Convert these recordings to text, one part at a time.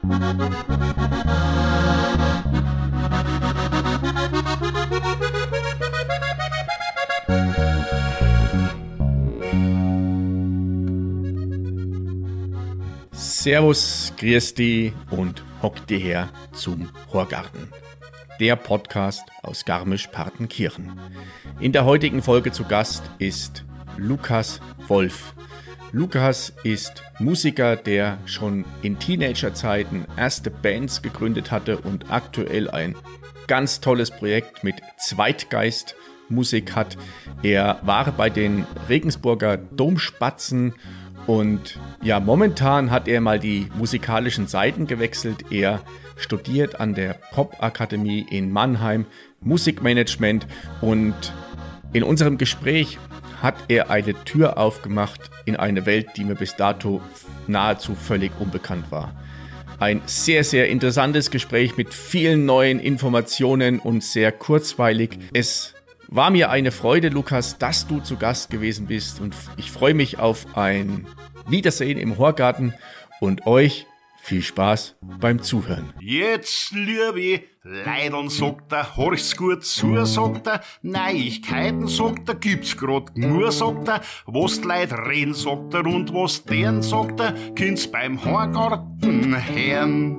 Servus, grüß dich und hock dir her zum Horgarten, der Podcast aus Garmisch-Partenkirchen. In der heutigen Folge zu Gast ist Lukas Wolf. Lukas ist Musiker, der schon in Teenagerzeiten erste Bands gegründet hatte und aktuell ein ganz tolles Projekt mit Zweitgeist-Musik hat. Er war bei den Regensburger Domspatzen und ja, momentan hat er mal die musikalischen Seiten gewechselt. Er studiert an der Popakademie in Mannheim Musikmanagement und in unserem Gespräch hat er eine Tür aufgemacht in eine Welt, die mir bis dato nahezu völlig unbekannt war. Ein sehr, sehr interessantes Gespräch mit vielen neuen Informationen und sehr kurzweilig. Es war mir eine Freude, Lukas, dass du zu Gast gewesen bist und ich freue mich auf ein Wiedersehen im Horgarten und euch viel Spaß beim Zuhören. Jetzt, liebe Leidl, sagt er, horch's gut zu, sagt er, Neuigkeiten, sagt er, gibt's grad nur, sagt er, was die Leute reden, sagt er, und was deren, sagt er, kind's beim Horgarten hören.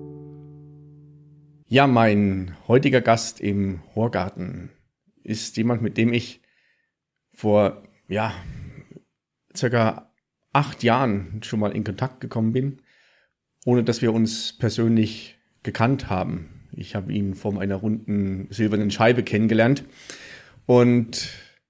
Ja, mein heutiger Gast im Horgarten ist jemand, mit dem ich vor, circa 8 Jahren schon mal in Kontakt gekommen bin, ohne dass wir uns persönlich gekannt haben. Ich habe ihn vor einer runden silbernen Scheibe kennengelernt und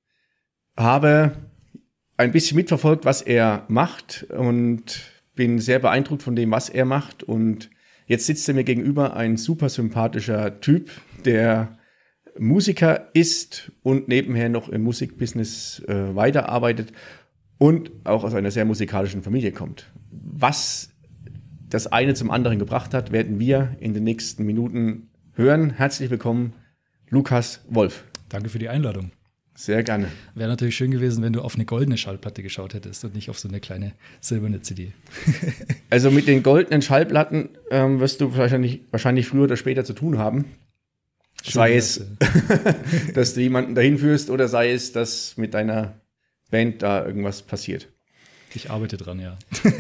habe ein bisschen mitverfolgt, was er macht und bin sehr beeindruckt von dem, was er macht. Und jetzt sitzt er mir gegenüber, ein super sympathischer Typ, der Musiker ist und nebenher noch im Musikbusiness weiterarbeitet und auch aus einer sehr musikalischen Familie kommt. Was das eine zum anderen gebracht hat, werden wir in den nächsten Minuten hören. Herzlich willkommen, Lukas Wolf. Danke für die Einladung. Sehr gerne. Wäre natürlich schön gewesen, wenn du auf eine goldene Schallplatte geschaut hättest und nicht auf so eine kleine silberne CD. Also mit den goldenen Schallplatten wirst du wahrscheinlich früher oder später zu tun haben. Sei es, dass du jemanden dahin führst oder sei es, dass mit deiner Band da irgendwas passiert. Ich arbeite dran, ja.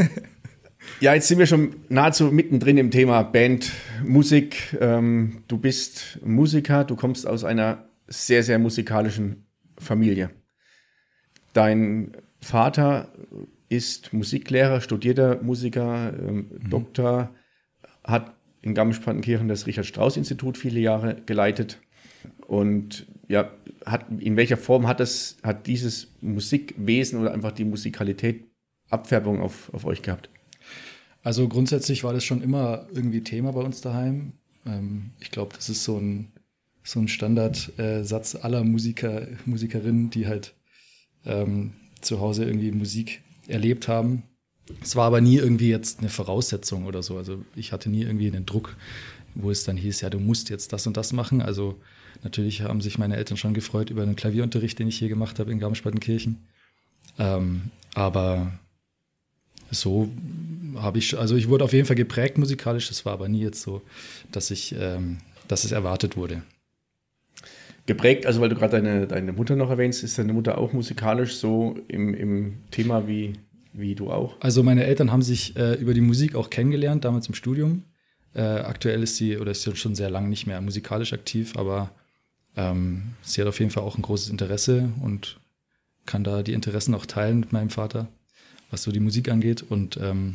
Ja, jetzt sind wir schon nahezu mittendrin im Thema Band, Musik. Du bist Musiker, du kommst aus einer sehr, sehr musikalischen Familie. Dein Vater ist Musiklehrer, studierter Musiker, Doktor, hat in Garmisch-Partenkirchen das Richard-Strauss-Institut viele Jahre geleitet. Und ja, in welcher Form hat dieses Musikwesen oder einfach die Musikalität Abfärbung auf euch gehabt? Also grundsätzlich war das schon immer irgendwie Thema bei uns daheim. Ich glaube, das ist so ein Standardsatz aller Musikerinnen, die halt zu Hause irgendwie Musik erlebt haben. Es war aber nie irgendwie jetzt eine Voraussetzung oder so. Also ich hatte nie irgendwie einen Druck, wo es dann hieß, ja, du musst jetzt das und das machen. Also natürlich haben sich meine Eltern schon gefreut über den Klavierunterricht, den ich hier gemacht habe in Garmisch-Partenkirchen. Aber so habe ich wurde auf jeden Fall geprägt musikalisch. Das war aber nie jetzt so, dass es erwartet wurde. Geprägt, also weil du gerade deine Mutter noch erwähnst, ist deine Mutter auch musikalisch so im Thema wie du auch? Also meine Eltern haben sich über die Musik auch kennengelernt, damals im Studium. Aktuell ist sie schon sehr lange nicht mehr musikalisch aktiv, aber sie hat auf jeden Fall auch ein großes Interesse und kann da die Interessen auch teilen mit meinem Vater, was so die Musik angeht. Und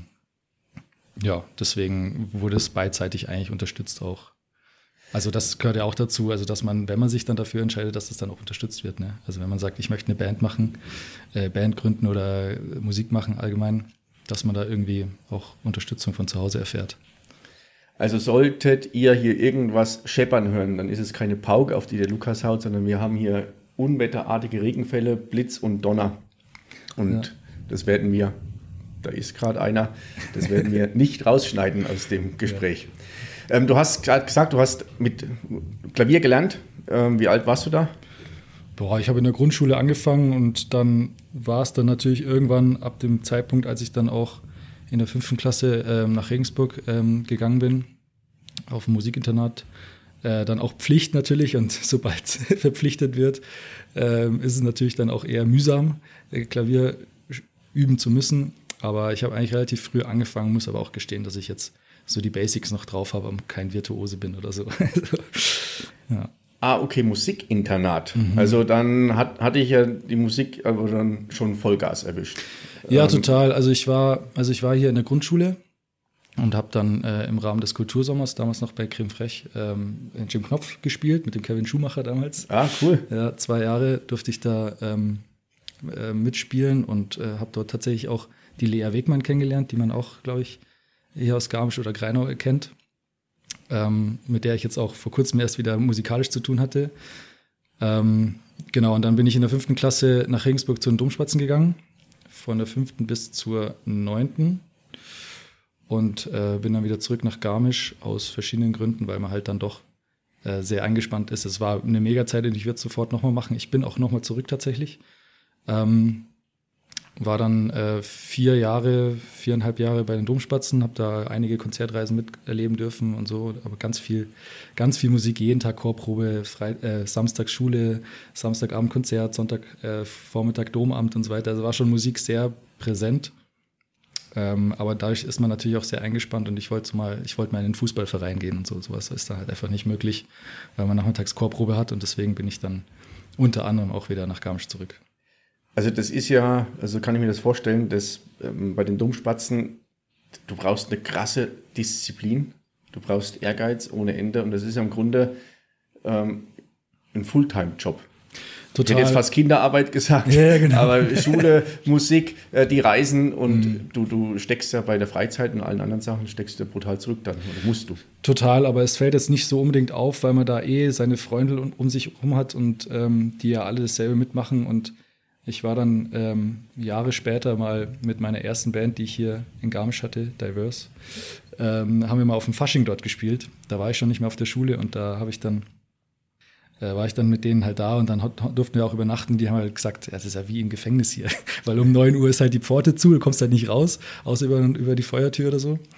deswegen wurde es beidseitig eigentlich unterstützt auch. Also das gehört ja auch dazu, also dass man, wenn man sich dann dafür entscheidet, dass das dann auch unterstützt wird. Ne? Also wenn man sagt, ich möchte eine Band machen, Band gründen oder Musik machen allgemein, dass man da irgendwie auch Unterstützung von zu Hause erfährt. Also solltet ihr hier irgendwas scheppern hören, dann ist es keine Pauke, auf die der Lukas haut, sondern wir haben hier unwetterartige Regenfälle, Blitz und Donner. Und das werden wir, da ist gerade einer, das werden wir nicht rausschneiden aus dem Gespräch. Ja. Du hast gerade gesagt, du hast mit Klavier gelernt. Wie alt warst du da? Ich habe in der Grundschule angefangen und dann war es dann natürlich irgendwann ab dem Zeitpunkt, als ich dann auch in der 5. Klasse nach Regensburg gegangen bin, auf ein Musikinternat. Dann auch Pflicht natürlich, und sobald es verpflichtet wird, ist es natürlich dann auch eher mühsam, Klavier üben zu müssen. Aber ich habe eigentlich relativ früh angefangen, muss aber auch gestehen, dass ich jetzt so die Basics noch drauf habe und kein Virtuose bin oder so. Ja. Ah, okay, Musikinternat. Also dann hatte ich ja die Musik aber dann schon Vollgas erwischt. Ja, total. Also ich war hier in der Grundschule und habe dann im Rahmen des Kultursommers, damals noch bei Creme Fraiche, Jim Knopf gespielt, mit dem Kevin Schumacher damals. Ah, cool. Ja, 2 Jahre durfte ich da mitspielen und habe dort tatsächlich auch die Lea Wegmann kennengelernt, die man auch, glaube ich, hier aus Garmisch oder Greinau kennt, mit der ich jetzt auch vor kurzem erst wieder musikalisch zu tun hatte. Genau, und dann bin ich in der 5. Klasse nach Regensburg zu den Domspatzen gegangen, von der 5. bis zur 9. Und bin dann wieder zurück nach Garmisch aus verschiedenen Gründen, weil man halt dann doch sehr eingespannt ist. Es war eine Mega-Zeit und ich würde es sofort nochmal machen. Ich bin auch nochmal zurück tatsächlich. War dann 4,5 Jahre bei den Domspatzen, habe da einige Konzertreisen miterleben dürfen und so, aber ganz viel Musik, jeden Tag Chorprobe, Samstag Schule, Samstagabend Konzert, Sonntag Vormittag Domamt und so weiter. Also war schon Musik sehr präsent, aber dadurch ist man natürlich auch sehr eingespannt und ich wollte mal in den Fußballverein gehen und so. Sowas ist da halt einfach nicht möglich, weil man nachmittags Chorprobe hat und deswegen bin ich dann unter anderem auch wieder nach Garmisch zurück. Also das ist ja, also kann ich mir das vorstellen, dass bei den Domspatzen, du brauchst eine krasse Disziplin, du brauchst Ehrgeiz ohne Ende und das ist ja im Grunde ein Fulltime-Job. Total. Ich hätte jetzt fast Kinderarbeit gesagt, ja, genau. Aber Schule, Musik, die Reisen und du steckst ja bei der Freizeit und allen anderen Sachen steckst du brutal zurück dann, oder musst du. Total, aber es fällt jetzt nicht so unbedingt auf, weil man da seine Freunde um sich herum hat und die ja alle dasselbe mitmachen und ich war dann Jahre später mal mit meiner ersten Band, die ich hier in Garmisch hatte, Diverse, haben wir mal auf dem Fasching dort gespielt. Da war ich schon nicht mehr auf der Schule und da war ich dann mit denen halt da und dann durften wir auch übernachten. Die haben halt gesagt, ja, das ist ja wie im Gefängnis hier, weil um 9 Uhr ist halt die Pforte zu, du kommst halt nicht raus, außer über die Feuertür oder so.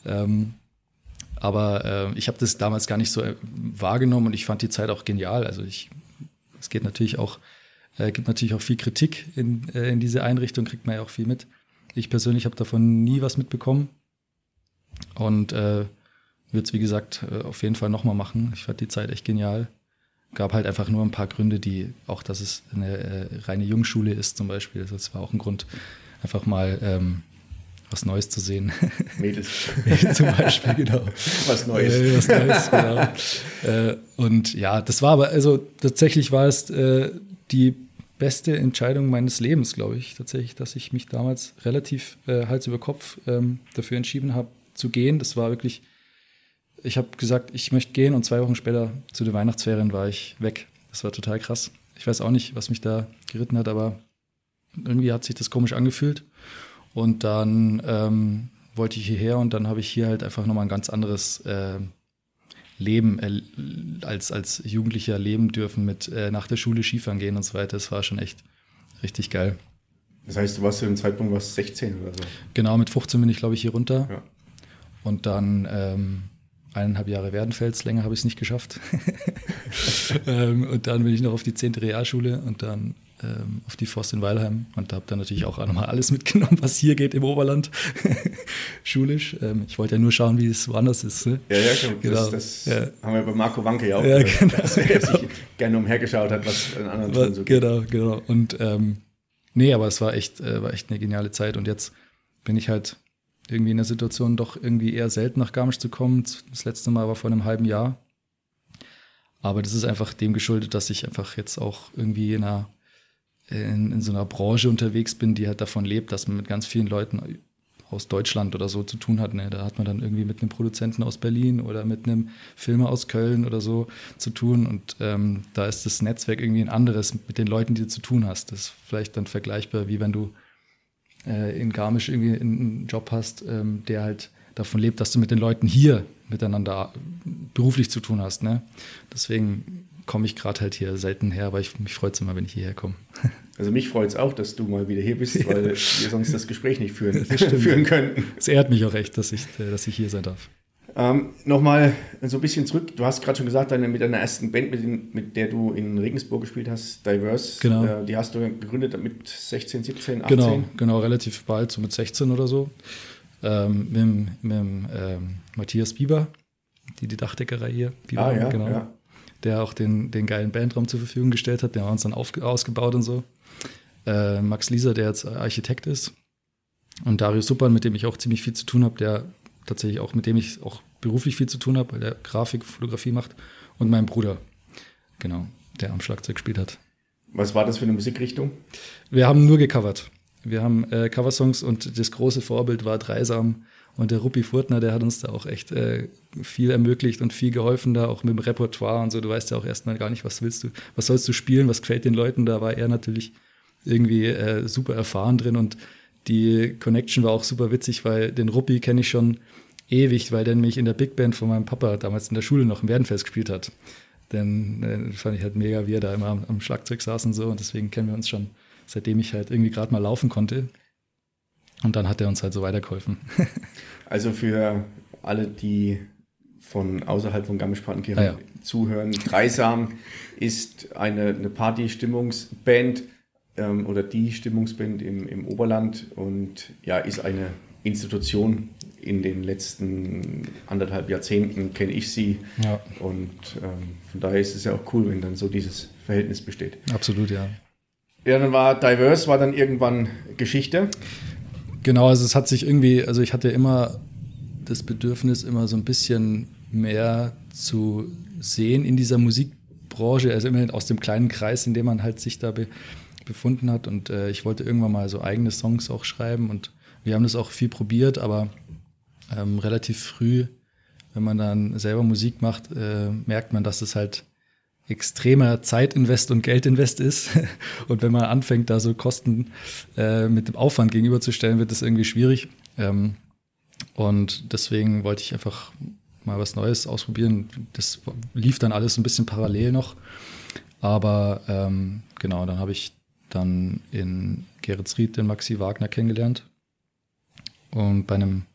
Aber ich habe das damals gar nicht so wahrgenommen und ich fand die Zeit auch genial. Also es gibt natürlich auch viel Kritik in diese Einrichtung, kriegt man ja auch viel mit. Ich persönlich habe davon nie was mitbekommen und würde es, wie gesagt, auf jeden Fall nochmal machen. Ich fand die Zeit echt genial. Gab halt einfach nur ein paar Gründe, dass es eine reine Jungschule ist zum Beispiel. Also das war auch ein Grund, einfach mal was Neues zu sehen. Mädels. Zum Beispiel, genau. Was Neues. Genau. Und ja, das war aber, also tatsächlich war es die beste Entscheidung meines Lebens, glaube ich, tatsächlich, dass ich mich damals relativ Hals über Kopf dafür entschieden habe, zu gehen. Das war wirklich, ich habe gesagt, ich möchte gehen und 2 Wochen später zu den Weihnachtsferien war ich weg. Das war total krass. Ich weiß auch nicht, was mich da geritten hat, aber irgendwie hat sich das komisch angefühlt. Und dann wollte ich hierher und dann habe ich hier halt einfach nochmal ein ganz anderes Leben als Jugendlicher leben dürfen mit nach der Schule Skifahren gehen und so weiter. Das war schon echt richtig geil. Das heißt, du warst zu dem Zeitpunkt 16 oder so? Genau, mit 15 bin ich, glaube ich, hier runter. Ja. Und dann 1,5 Jahre Werdenfels, länger habe ich es nicht geschafft. Und dann bin ich noch auf die 10. Realschule und dann auf die Forst in Weilheim und habe dann natürlich auch nochmal alles mitgenommen, was hier geht im Oberland, schulisch. Ich wollte ja nur schauen, wie es woanders ist. Ne? Ja, genau. Das haben wir bei Marco Wanke ja auch genau, dass er sich gerne umhergeschaut hat, was in anderen Schulen so geht. Genau. Und aber es war echt eine geniale Zeit und jetzt bin ich halt irgendwie in der Situation, doch irgendwie eher selten nach Garmisch zu kommen. Das letzte Mal war vor einem halben Jahr. Aber das ist einfach dem geschuldet, dass ich einfach jetzt auch irgendwie in so einer Branche unterwegs bin, die halt davon lebt, dass man mit ganz vielen Leuten aus Deutschland oder so zu tun hat. Ne? Da hat man dann irgendwie mit einem Produzenten aus Berlin oder mit einem Filmer aus Köln oder so zu tun. Und da ist das Netzwerk irgendwie ein anderes mit den Leuten, die du zu tun hast. Das ist vielleicht dann vergleichbar, wie wenn du in Garmisch irgendwie einen Job hast, der halt davon lebt, dass du mit den Leuten hier miteinander beruflich zu tun hast. Ne? Deswegen komme ich gerade halt hier selten her, aber mich freut es immer, wenn ich hierher komme. Also mich freut es auch, dass du mal wieder hier bist, weil wir sonst das Gespräch nicht führen könnten. Es ehrt mich auch echt, dass ich hier sein darf. Nochmal so ein bisschen zurück. Du hast gerade schon gesagt, mit deiner ersten Band, mit der du in Regensburg gespielt hast, Diverse, genau. Die hast du gegründet mit 16, 17, 18? Genau, relativ bald, so mit 16 oder so. Mit Matthias Bieber, die Dachdeckerei hier. Bieber, ja, genau. Ja. Der auch den geilen Bandraum zur Verfügung gestellt hat. Der haben uns dann ausgebaut und so. Max Lieser, der jetzt Architekt ist. Und Darius Suppan, mit dem ich auch ziemlich viel zu tun habe, der tatsächlich auch, mit dem ich auch beruflich viel zu tun habe, weil der Grafik, Fotografie macht. Und mein Bruder, genau, der am Schlagzeug gespielt hat. Was war das für eine Musikrichtung? Wir haben nur gecovert. Wir haben Coversongs und das große Vorbild war Dreisam. Und der Ruppi Furtner, der hat uns da auch echt viel ermöglicht und viel geholfen da, auch mit dem Repertoire und so. Du weißt ja auch erstmal gar nicht, was sollst du spielen, was gefällt den Leuten. Da war er natürlich irgendwie super erfahren drin und die Connection war auch super witzig, weil den Ruppi kenne ich schon ewig, weil der nämlich in der Big Band von meinem Papa damals in der Schule noch im Werdenfest gespielt hat. Denn fand ich halt mega, wie er da immer am Schlagzeug saß und so. Und deswegen kennen wir uns schon, seitdem ich halt irgendwie gerade mal laufen konnte. Und dann hat er uns halt so weitergeholfen. Also für alle, die von außerhalb von Garmisch-Partenkirchen zuhören, Dreisam ist eine Party-Stimmungsband oder die Stimmungsband im Oberland und ja, ist eine Institution. In den letzten 1,5 Jahrzehnten kenne ich sie. Ja. Und von daher ist es ja auch cool, wenn dann so dieses Verhältnis besteht. Absolut, ja. Ja, dann war Diverse dann irgendwann Geschichte. Genau, also es hat sich irgendwie, also ich hatte immer das Bedürfnis, immer so ein bisschen mehr zu sehen in dieser Musikbranche, also immerhin aus dem kleinen Kreis, in dem man halt sich da befunden hat. Und ich wollte irgendwann mal so eigene Songs auch schreiben und wir haben das auch viel probiert, aber relativ früh, wenn man dann selber Musik macht, merkt man, dass es halt extremer Zeitinvest und Geldinvest ist. Und wenn man anfängt, da so Kosten mit dem Aufwand gegenüberzustellen, wird das irgendwie schwierig. Und deswegen wollte ich einfach mal was Neues ausprobieren. Das lief dann alles ein bisschen parallel noch. Aber genau, dann habe ich dann in Geretsried den Maxi Wagner kennengelernt. Und bei einem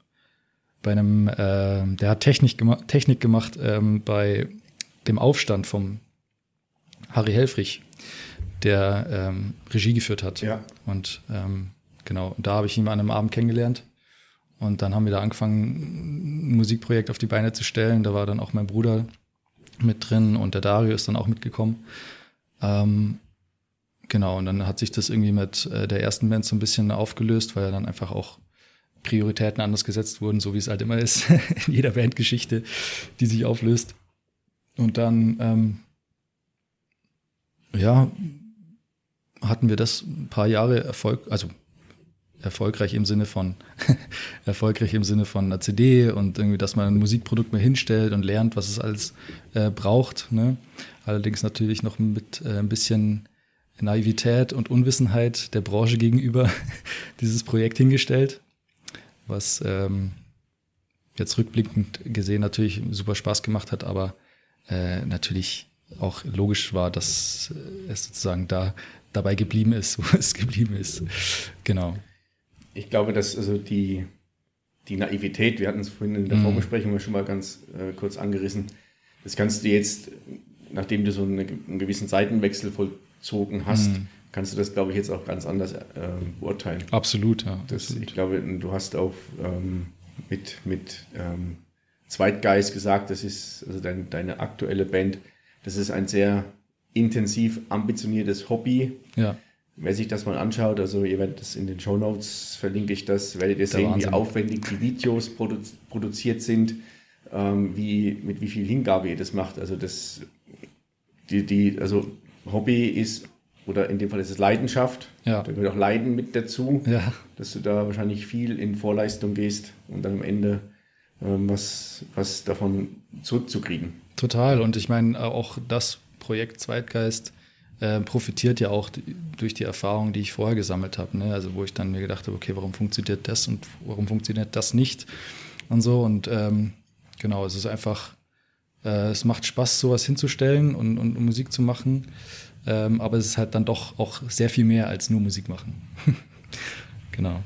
der hat Technik gemacht bei dem Aufstand vom Harry Helfrich, der Regie geführt hat. Ja. Und genau, da habe ich ihn an einem Abend kennengelernt. Und dann haben wir da angefangen, ein Musikprojekt auf die Beine zu stellen. Da war dann auch mein Bruder mit drin und der Dario ist dann auch mitgekommen. Genau, und dann hat sich das irgendwie mit der ersten Band so ein bisschen aufgelöst, weil dann einfach auch Prioritäten anders gesetzt wurden, so wie es halt immer ist, in jeder Bandgeschichte, die sich auflöst. Und dann, hatten wir das ein paar Jahre erfolgreich im Sinne von einer CD und irgendwie, dass man ein Musikprodukt mehr hinstellt und lernt, was es alles braucht. Ne? Allerdings natürlich noch mit ein bisschen Naivität und Unwissenheit der Branche gegenüber dieses Projekt hingestellt, was jetzt rückblickend gesehen natürlich super Spaß gemacht hat, aber natürlich auch logisch war, dass es sozusagen dabei geblieben ist, wo es geblieben ist. Genau. Ich glaube, dass also die Naivität, wir hatten es vorhin in der Vorbesprechung schon mal ganz kurz angerissen, das kannst du jetzt, nachdem du so einen gewissen Seitenwechsel vollzogen hast, kannst du das, glaube ich, jetzt auch ganz anders beurteilen. Absolut, ja. Absolut. Ich glaube, du hast auch mit Zweitgeist gesagt, das ist also deine aktuelle Band, das ist ein sehr intensiv ambitioniertes Hobby. Ja. Wer sich das mal anschaut, also ihr werdet das in den Shownotes, verlinke ich das, werdet ihr sehen, Wahnsinn, wie aufwendig die Videos produziert sind, mit wie viel Hingabe ihr das macht. Also also Hobby ist, oder in dem Fall ist es Leidenschaft, da gehört auch Leiden mit dazu, dass du da wahrscheinlich viel in Vorleistung gehst und dann am Ende was davon zurückzukriegen. Total, und ich meine auch das Projekt Zweitgeist profitiert ja auch durch die Erfahrungen, die ich vorher gesammelt habe, ne? Also wo ich dann mir gedacht habe, okay, warum funktioniert das und warum funktioniert das nicht und so. Und genau, es ist einfach Es macht Spaß, sowas hinzustellen und Musik zu machen. Aber es ist halt dann doch auch sehr viel mehr als nur Musik machen. Genau.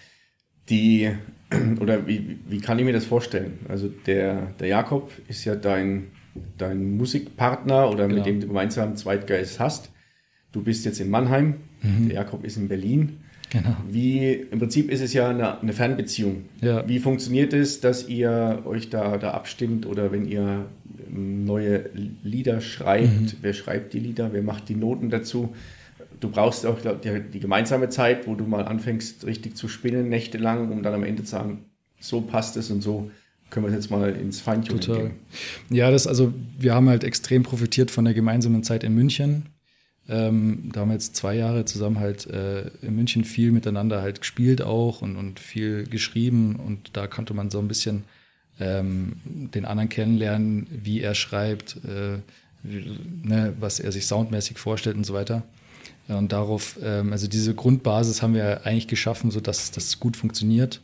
Wie kann ich mir das vorstellen? Also der Jakob ist ja dein Musikpartner oder Genau. mit dem du gemeinsam einen Zweitgeist hast. Du bist jetzt in Mannheim, der Jakob ist in Berlin. Genau. Im Prinzip ist es ja eine Fernbeziehung. Ja. Wie funktioniert es, dass ihr euch da abstimmt oder wenn ihr neue Lieder schreibt? Wer schreibt die Lieder? Wer macht die Noten dazu? Du brauchst auch die gemeinsame Zeit, wo du mal anfängst, richtig zu spinnen, nächtelang, um dann am Ende zu sagen, so passt es und so können wir es jetzt mal ins Feintuning Total. gehen. Ja, wir haben halt extrem profitiert von der gemeinsamen Zeit in München. Da haben wir jetzt 2 Jahre zusammen halt in München viel miteinander halt gespielt auch und viel geschrieben und da konnte man so ein bisschen den anderen kennenlernen, wie er schreibt, was er sich soundmäßig vorstellt und so weiter. Und darauf, also diese Grundbasis haben wir eigentlich geschaffen, sodass das gut funktioniert.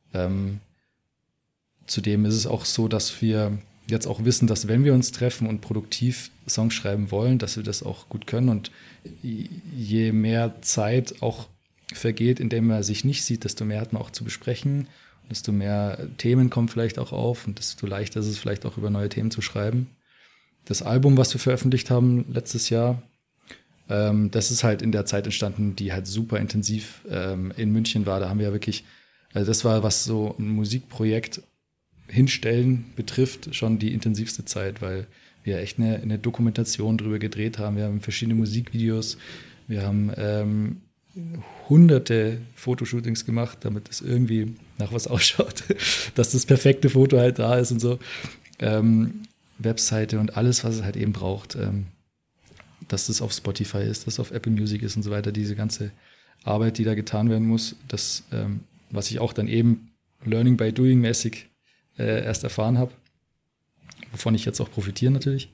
Zudem ist es auch so, dass wir jetzt auch wissen, dass wenn wir uns treffen und produktiv Songs schreiben wollen, dass wir das auch gut können. Und je mehr Zeit auch vergeht, indem man sich nicht sieht, desto mehr hat man auch zu besprechen. Desto mehr Themen kommen vielleicht auch auf und desto leichter ist es vielleicht auch über neue Themen zu schreiben. Das Album, was wir veröffentlicht haben letztes Jahr, das ist halt in der Zeit entstanden, die halt super intensiv in München war. Da haben wir ja wirklich, also das war, was so ein Musikprojekt hinstellen betrifft, schon die intensivste Zeit, weil wir echt eine Dokumentation drüber gedreht haben. Wir haben verschiedene Musikvideos, wir haben hunderte Fotoshootings gemacht, damit es irgendwie nach was ausschaut, dass das perfekte Foto halt da ist und so. Webseite und alles, was es halt eben braucht, dass es auf Spotify ist, dass es auf Apple Music ist und so weiter. Diese ganze Arbeit, die da getan werden muss, das, was ich auch dann eben Learning by Doing mäßig erst erfahren habe, wovon ich jetzt auch profitiere natürlich.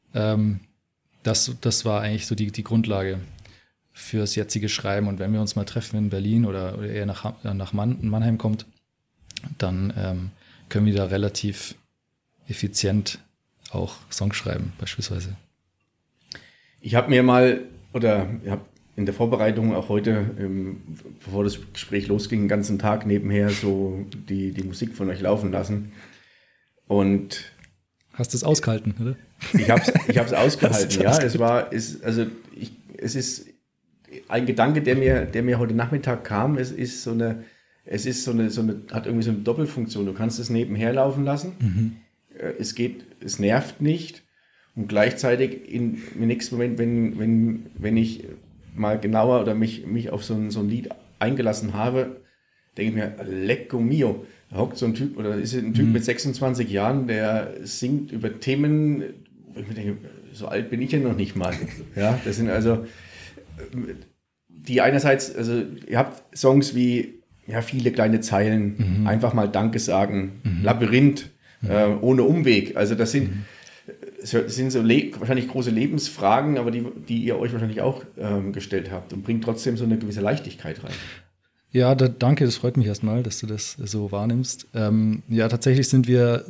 Das war eigentlich so die Grundlage fürs jetzige Schreiben. Und wenn wir uns mal treffen in Berlin oder eher nach Mannheim kommt, dann können wir da relativ effizient auch Songs schreiben, beispielsweise. Ich habe mir mal, in der Vorbereitung auch heute, bevor das Gespräch losging, den ganzen Tag nebenher so die Musik von euch laufen lassen. Und hast du es ausgehalten, oder? Ich hab's ausgehalten, ja. Es ist ein Gedanke, der mir heute Nachmittag kam. Es ist so eine, hat irgendwie so eine Doppelfunktion. Du kannst es nebenher laufen lassen. Es nervt nicht. Und gleichzeitig im nächsten Moment, wenn ich mal genauer oder mich auf so ein Lied eingelassen habe, denke ich mir, lecco mio, da hockt so ein Typ, oder ist ein Typ mit 26 Jahren, der singt über Themen, wo ich mir denke, so alt bin ich ja noch nicht mal. Ja, das sind also, die einerseits, also ihr habt Songs wie, ja, viele kleine Zeilen, einfach mal Danke sagen, Labyrinth, ohne Umweg, also das sind so wahrscheinlich große Lebensfragen, aber die ihr euch wahrscheinlich auch gestellt habt und bringt trotzdem so eine gewisse Leichtigkeit rein. Ja, danke, das freut mich erstmal, dass du das so wahrnimmst. Ja, tatsächlich sind wir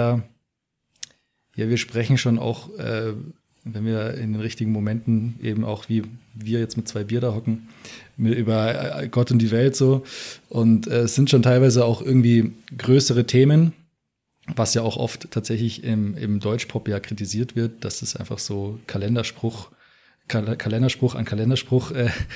wir sprechen schon auch, wenn wir in den richtigen Momenten eben auch wie wir jetzt mit 2 Bier da hocken, über Gott und die Welt so. Und es sind schon teilweise auch irgendwie größere Themen, was ja auch oft tatsächlich im Deutschpop ja kritisiert wird, dass es einfach so Kalenderspruch an Kalenderspruch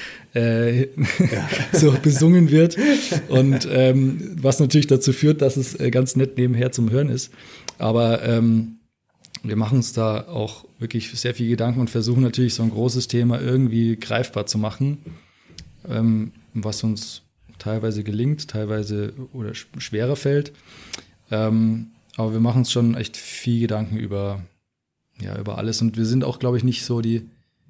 so besungen wird. Und was natürlich dazu führt, dass es ganz nett nebenher zum Hören ist. Aber wir machen uns da auch wirklich sehr viel Gedanken und versuchen natürlich so ein großes Thema irgendwie greifbar zu machen, was uns teilweise gelingt, teilweise oder schwerer fällt. Aber wir machen uns schon echt viel Gedanken über alles. Und wir sind auch, glaube ich, nicht so die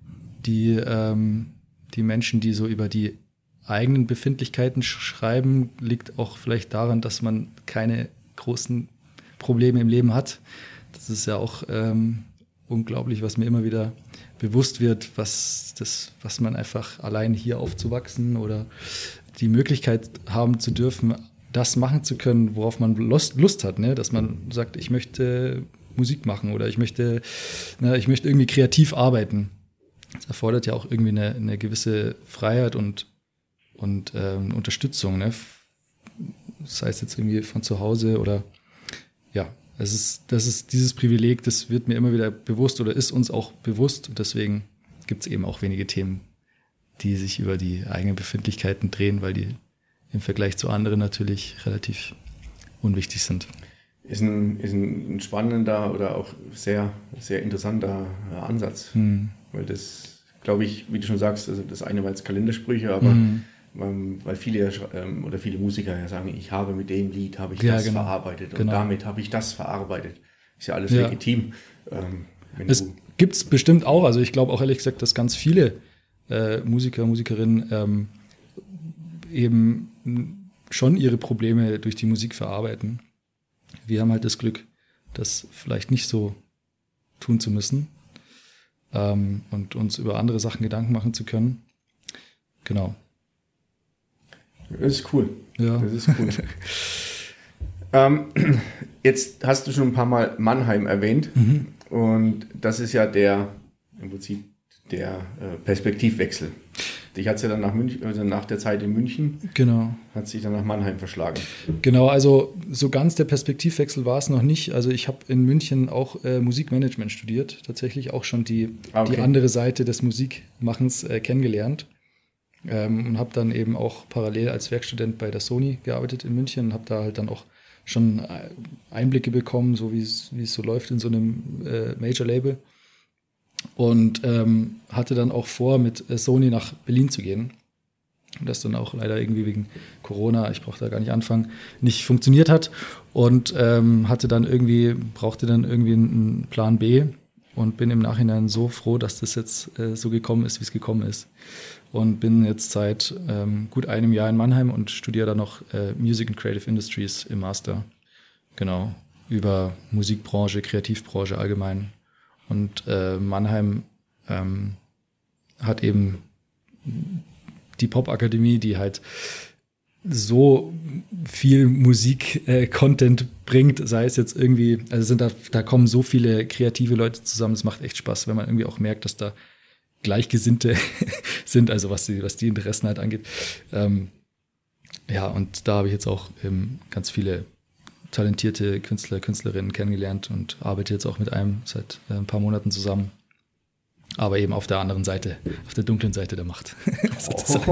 Menschen, die so über die eigenen Befindlichkeiten schreiben, liegt auch vielleicht daran, dass man keine großen Probleme im Leben hat. Das ist ja auch unglaublich, was mir immer wieder bewusst wird, was man einfach allein hier aufzuwachsen oder die Möglichkeit haben zu dürfen, das machen zu können, worauf man Lust hat, ne? Dass man sagt, ich möchte Musik machen oder ich möchte irgendwie kreativ arbeiten. Das erfordert ja auch irgendwie eine gewisse Freiheit und Unterstützung, ne? Das heißt jetzt irgendwie von zu Hause oder ja, das ist dieses Privileg, das wird mir immer wieder bewusst oder ist uns auch bewusst und deswegen gibt es eben auch wenige Themen, die sich über die eigenen Befindlichkeiten drehen, weil die im Vergleich zu anderen natürlich relativ unwichtig sind. Ist ein spannender oder auch sehr, sehr interessanter Ansatz. Weil das, glaube ich, wie du schon sagst, also das eine war jetzt Kalendersprüche, aber weil viele oder viele Musiker ja sagen, ich habe mit dem Lied, habe ich das verarbeitet und damit habe ich das verarbeitet. Ist ja alles legitim. Es gibt es bestimmt auch, also ich glaube auch ehrlich gesagt, dass ganz viele Musiker, Musikerinnen eben schon ihre Probleme durch die Musik verarbeiten. Wir haben halt das Glück, das vielleicht nicht so tun zu müssen und uns über andere Sachen Gedanken machen zu können. Genau. Das ist cool. Ja. Das ist cool. Jetzt hast du schon ein paar Mal Mannheim erwähnt und das ist ja im Prinzip der Perspektivwechsel. Dich hat es ja dann nach München, also nach der Zeit in München, hat sich dann nach Mannheim verschlagen. Genau, also so ganz der Perspektivwechsel war es noch nicht. Also ich habe in München auch Musikmanagement studiert, tatsächlich auch schon die andere Seite des Musikmachens kennengelernt. Und habe dann eben auch parallel als Werkstudent bei der Sony gearbeitet in München und habe da halt dann auch schon Einblicke bekommen, so wie es so läuft in so einem Major-Label. Und hatte dann auch vor, mit Sony nach Berlin zu gehen. Und das dann auch leider irgendwie wegen Corona, ich brauchte da gar nicht anfangen, nicht funktioniert hat. Und brauchte dann irgendwie einen Plan B und bin im Nachhinein so froh, dass das jetzt so gekommen ist, wie es gekommen ist. Und bin jetzt seit gut einem Jahr in Mannheim und studiere da noch Music and Creative Industries im Master. Genau, über Musikbranche, Kreativbranche allgemein. Und Mannheim hat eben die Popakademie, die halt so viel Musik-Content bringt, sei es jetzt irgendwie, also da kommen so viele kreative Leute zusammen, es macht echt Spaß, wenn man irgendwie auch merkt, dass da Gleichgesinnte sind, also was die Interessen halt angeht. Ja, und da habe ich jetzt auch ganz viele talentierte Künstler, Künstlerinnen kennengelernt und arbeite jetzt auch mit einem seit ein paar Monaten zusammen. Aber eben auf der anderen Seite, auf der dunklen Seite der Macht. Das sind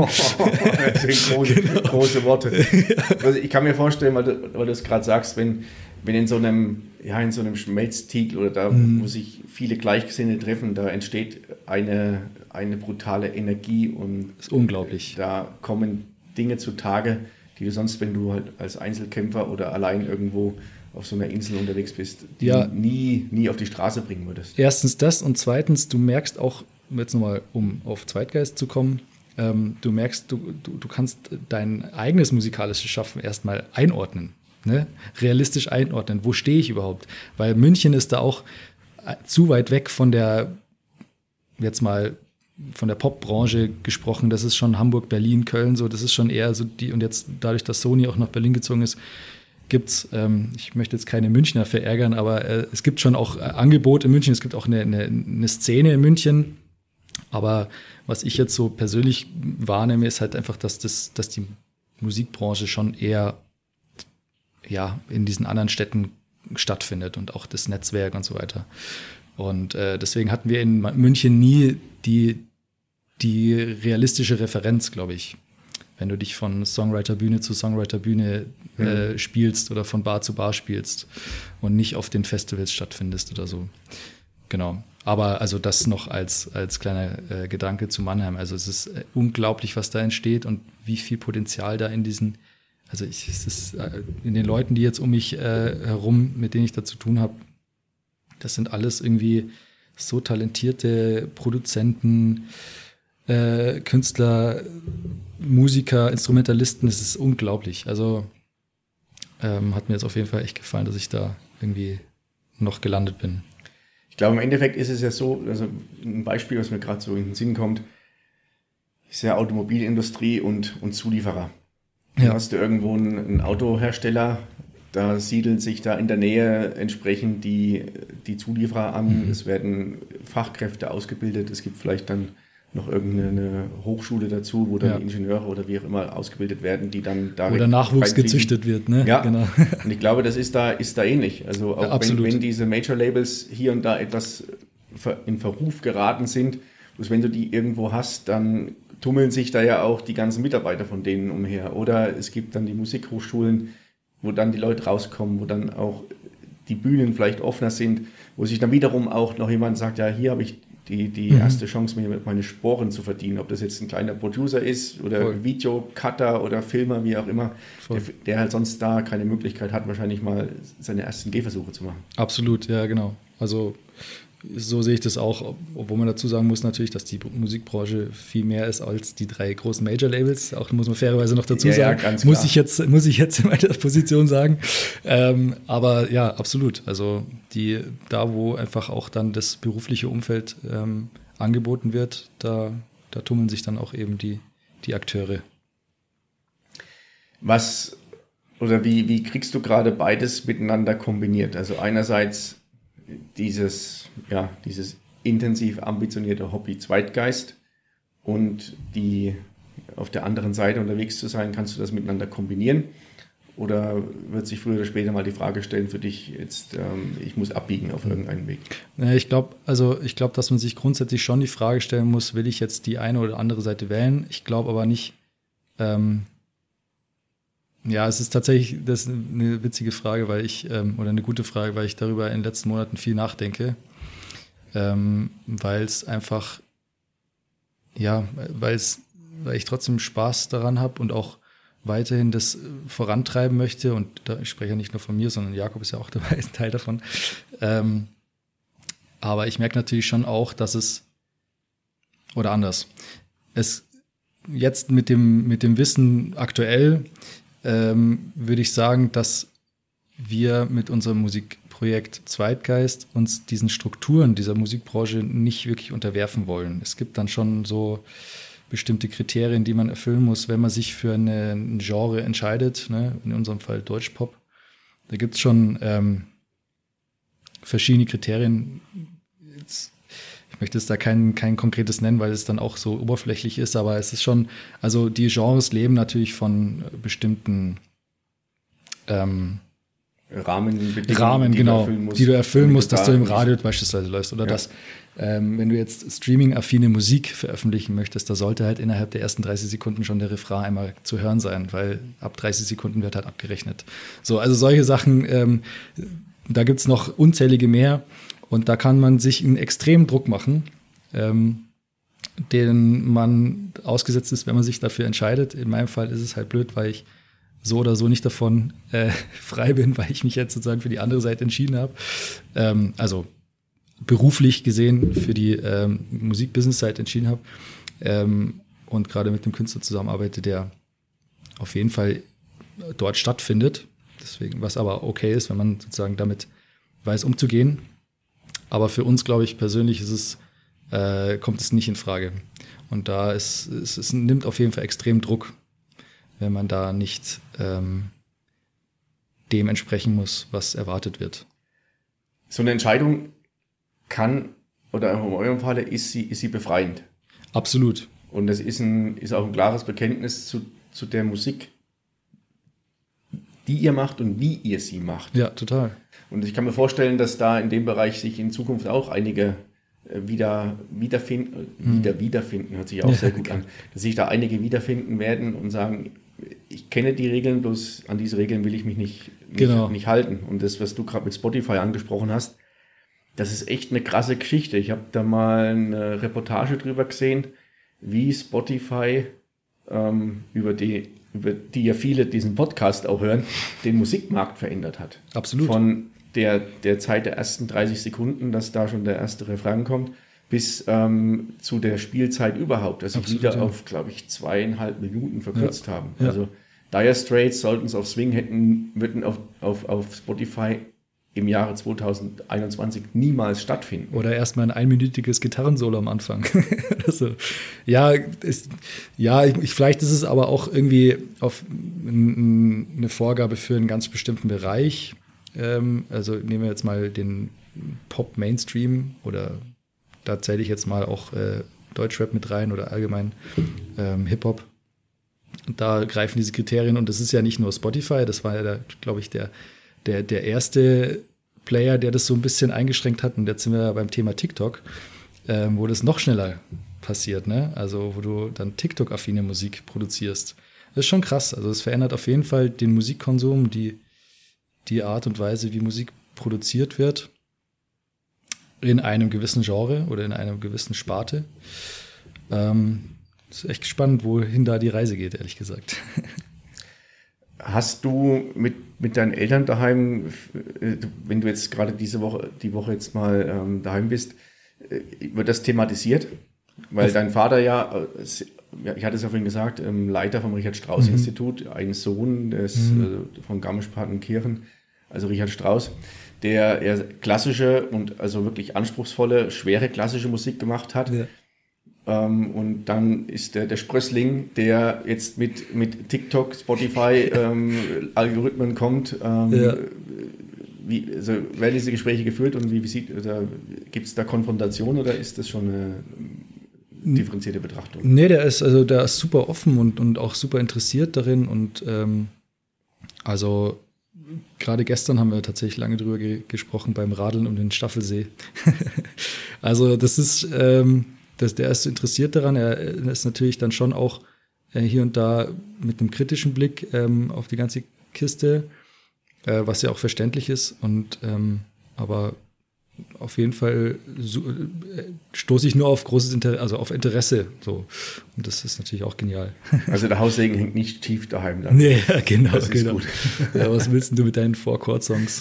große Worte. Also ich kann mir vorstellen, weil du es gerade sagst, wenn in so einem Schmelztiegel oder da, wo sich viele Gleichgesinnte treffen, da entsteht eine brutale Energie und das ist unglaublich. Da kommen Dinge zutage, die du sonst, wenn du halt als Einzelkämpfer oder allein irgendwo auf so einer Insel unterwegs bist, die nie auf die Straße bringen würdest. Erstens das und zweitens, du merkst auch, jetzt nochmal, um auf Zweitgeist zu kommen, du merkst, du kannst dein eigenes musikalisches Schaffen erstmal einordnen, ne? Realistisch einordnen. Wo stehe ich überhaupt? Weil München ist da auch zu weit weg von der, jetzt mal von der Popbranche gesprochen, das ist schon Hamburg, Berlin, Köln, so, das ist schon eher so die, und jetzt dadurch, dass Sony auch nach Berlin gezogen ist, gibt's, ich möchte jetzt keine Münchner verärgern, aber es gibt schon auch Angebote in München, es gibt auch eine Szene in München, aber was ich jetzt so persönlich wahrnehme, ist halt einfach, dass die Musikbranche schon eher in diesen anderen Städten stattfindet und auch das Netzwerk und so weiter. Und deswegen hatten wir in München nie die realistische Referenz, glaube ich. Wenn du dich von Songwriterbühne zu Songwriterbühne spielst oder von Bar zu Bar spielst und nicht auf den Festivals stattfindest oder so. Genau. Aber also das noch als kleiner Gedanke zu Mannheim. Also es ist unglaublich, was da entsteht und wie viel Potenzial da in diesen, also es ist in den Leuten, die jetzt um mich herum, mit denen ich da zu tun habe, das sind alles irgendwie so talentierte Produzenten, Künstler, Musiker, Instrumentalisten, es ist unglaublich. Also hat mir jetzt auf jeden Fall echt gefallen, dass ich da irgendwie noch gelandet bin. Ich glaube, im Endeffekt ist es ja so, also ein Beispiel, was mir gerade so in den Sinn kommt, ist ja Automobilindustrie und Zulieferer. Da hast du irgendwo einen Autohersteller, Da siedeln sich da in der Nähe entsprechend die Zulieferer an. Es werden Fachkräfte ausgebildet. Es gibt vielleicht dann noch irgendeine Hochschule dazu, wo dann Ingenieure oder wie auch immer ausgebildet werden, die dann da... Oder Nachwuchs gezüchtet wird, ne? Ja, genau. Und ich glaube, das ist da ähnlich. Also auch wenn diese Major-Labels hier und da etwas in Verruf geraten sind, bloß wenn du die irgendwo hast, dann tummeln sich da ja auch die ganzen Mitarbeiter von denen umher. Oder es gibt dann die Musikhochschulen, wo dann die Leute rauskommen, wo dann auch die Bühnen vielleicht offener sind, wo sich dann wiederum auch noch jemand sagt, ja, hier habe ich die erste Chance, mir meine Sporen zu verdienen. Ob das jetzt ein kleiner Producer ist oder Videocutter oder Filmer, wie auch immer, der halt sonst da keine Möglichkeit hat, wahrscheinlich mal seine ersten Gehversuche zu machen. Absolut, ja, genau. Also so sehe ich das auch, obwohl man dazu sagen muss natürlich, dass die Musikbranche viel mehr ist als die 3 großen Major-Labels. Auch muss man fairerweise noch dazu sagen. Ganz muss ich jetzt in meiner Position sagen. Aber ja, absolut. Also da, wo einfach auch dann das berufliche Umfeld angeboten wird, da tummeln sich dann auch eben die Akteure. Wie kriegst du gerade beides miteinander kombiniert? Also einerseits dieses intensiv ambitionierte Hobby Zweitgeist und die auf der anderen Seite unterwegs zu sein, kannst du das miteinander kombinieren? Oder wird sich früher oder später mal die Frage stellen für dich, jetzt ich muss abbiegen auf irgendeinen Weg? Ja, ich glaube, dass man sich grundsätzlich schon die Frage stellen muss, will ich jetzt die eine oder andere Seite wählen? Ich glaube aber nicht, es ist tatsächlich eine witzige Frage, oder eine gute Frage, weil ich darüber in den letzten Monaten viel nachdenke, weil es einfach, weil ich trotzdem Spaß daran habe und auch weiterhin das vorantreiben möchte, und ich spreche ja nicht nur von mir, sondern Jakob ist ja auch dabei, ist ein Teil davon. Aber ich merke natürlich schon auch, dass jetzt mit dem Wissen aktuell, würde ich sagen, dass wir mit unserem Musikprojekt Zweitgeist uns diesen Strukturen dieser Musikbranche nicht wirklich unterwerfen wollen. Es gibt dann schon so bestimmte Kriterien, die man erfüllen muss, wenn man sich für ein Genre entscheidet, ne? In unserem Fall Deutschpop. Da gibt es schon verschiedene Kriterien. Ich möchte jetzt da kein konkretes nennen, weil es dann auch so oberflächlich ist, aber es ist schon, also die Genres leben natürlich von bestimmten Rahmenbedingungen, die du erfüllen musst, dass du im Radio beispielsweise läufst. Oder dass, wenn du jetzt Streaming-affine Musik veröffentlichen möchtest, da sollte halt innerhalb der ersten 30 Sekunden schon der Refrain einmal zu hören sein, weil ab 30 Sekunden wird halt abgerechnet. So, also solche Sachen, da gibt es noch unzählige mehr. Und da kann man sich einen extremen Druck machen, den man ausgesetzt ist, wenn man sich dafür entscheidet. In meinem Fall ist es halt blöd, weil ich so oder so nicht davon frei bin, weil ich mich jetzt sozusagen für die andere Seite entschieden habe. Also beruflich gesehen für die Musik-Business-Seite entschieden habe. Und gerade mit einem Künstler zusammenarbeite, der auf jeden Fall dort stattfindet. Deswegen, was aber okay ist, wenn man sozusagen damit weiß, umzugehen. Aber für uns, glaube ich, persönlich kommt es nicht in Frage. Und da es nimmt auf jeden Fall extrem Druck, wenn man da nicht dem entsprechen muss, was erwartet wird. So eine Entscheidung kann, oder in eurem Falle ist sie befreiend. Absolut. Und das ist auch ein klares Bekenntnis zu der Musik, die ihr macht und wie ihr sie macht. Ja, total. Und ich kann mir vorstellen, dass da in dem Bereich sich in Zukunft auch einige wiederfinden, hört sich auch sehr gut an, dass sich da einige wiederfinden werden und sagen, ich kenne die Regeln, bloß an diese Regeln will ich mich nicht halten. Und das, was du gerade mit Spotify angesprochen hast, das ist echt eine krasse Geschichte. Ich habe da mal eine Reportage drüber gesehen, wie Spotify, über die ja viele diesen Podcast auch hören, den Musikmarkt verändert hat. Absolut. Von der Zeit der ersten 30 Sekunden, dass da schon der erste Refrain kommt, bis zu der Spielzeit überhaupt, dass sich wieder auf, glaube ich, 2,5 Minuten verkürzt haben. Ja. Also Dire Straits sollten es auf Swing würden auf Spotify im Jahre 2021 niemals stattfinden. Oder erstmal ein einminütiges Gitarrensolo am Anfang. Also, vielleicht ist es aber auch irgendwie auf eine Vorgabe für einen ganz bestimmten Bereich. Also nehmen wir jetzt mal den Pop-Mainstream oder da zähle ich jetzt mal auch Deutschrap mit rein oder allgemein Hip-Hop. Und da greifen diese Kriterien und das ist ja nicht nur Spotify, das war ja, glaube ich, der erste Player, der das so ein bisschen eingeschränkt hat. Und jetzt sind wir beim Thema TikTok, wo das noch schneller passiert, ne? Also wo du dann TikTok-affine Musik produzierst. Das ist schon krass. Also es verändert auf jeden Fall den Musikkonsum, die Art und Weise, wie Musik produziert wird in einem gewissen Genre oder in einer gewissen Sparte. Ist echt spannend, wohin da die Reise geht, ehrlich gesagt. Hast du mit deinen Eltern daheim, wenn du jetzt gerade die Woche jetzt mal daheim bist, wird das thematisiert? Weil dein Vater ja, ich hatte es ja vorhin gesagt, Leiter vom Richard-Strauss-Institut, ein Sohn von Garmisch-Partenkirchen, also Richard Strauss, der eher klassische und also wirklich anspruchsvolle, schwere klassische Musik gemacht hat. Ja. Und dann ist der Sprössling, der jetzt mit TikTok, Spotify, Algorithmen kommt. Werden diese Gespräche geführt und gibt es da Konfrontation oder ist das schon eine differenzierte Betrachtung? Nee, der ist super offen und auch super interessiert darin und also gerade gestern haben wir tatsächlich lange drüber gesprochen beim Radeln um den Staffelsee. Also das ist der ist interessiert daran. Er ist natürlich dann schon auch hier und da mit einem kritischen Blick auf die ganze Kiste, was ja auch verständlich ist. Aber auf jeden Fall stoße ich nur auf großes Interesse, also auf Interesse. So. Und das ist natürlich auch genial. Also der Haussegen hängt nicht tief daheim dann. Nee, genau. Das ist gut. Ja, was willst du mit deinen Four-Chord-Songs?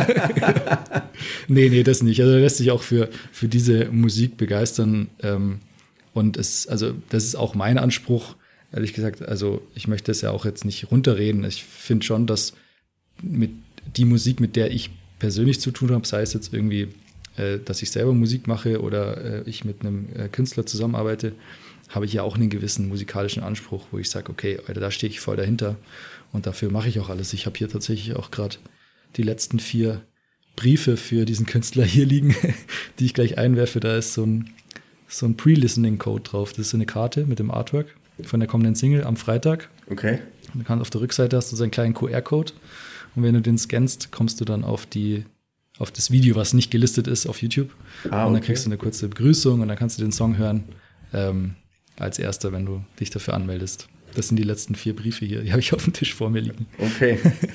Nee, das nicht. Also er lässt sich auch für diese Musik begeistern. Und das ist auch mein Anspruch, ehrlich gesagt. Also ich möchte es ja auch jetzt nicht runterreden. Ich finde schon, dass mit die Musik, mit der ich persönlich zu tun habe, sei es jetzt irgendwie, dass ich selber Musik mache oder ich mit einem Künstler zusammenarbeite, habe ich ja auch einen gewissen musikalischen Anspruch, wo ich sage, okay, Alter, da stehe ich voll dahinter und dafür mache ich auch alles. Ich habe hier tatsächlich auch gerade die letzten 4 Briefe für diesen Künstler hier liegen, die ich gleich einwerfe. Da ist so ein Pre-Listening-Code drauf. Das ist so eine Karte mit dem Artwork von der kommenden Single am Freitag. Okay. Und du kannst auf der Rückseite hast du so einen kleinen QR-Code. Und wenn du den scannst, kommst du dann auf das Video, was nicht gelistet ist auf YouTube. Und dann kriegst du eine kurze Begrüßung und dann kannst du den Song hören als erster, wenn du dich dafür anmeldest. Das sind die letzten 4 Briefe hier. Die habe ich auf dem Tisch vor mir liegen. Okay.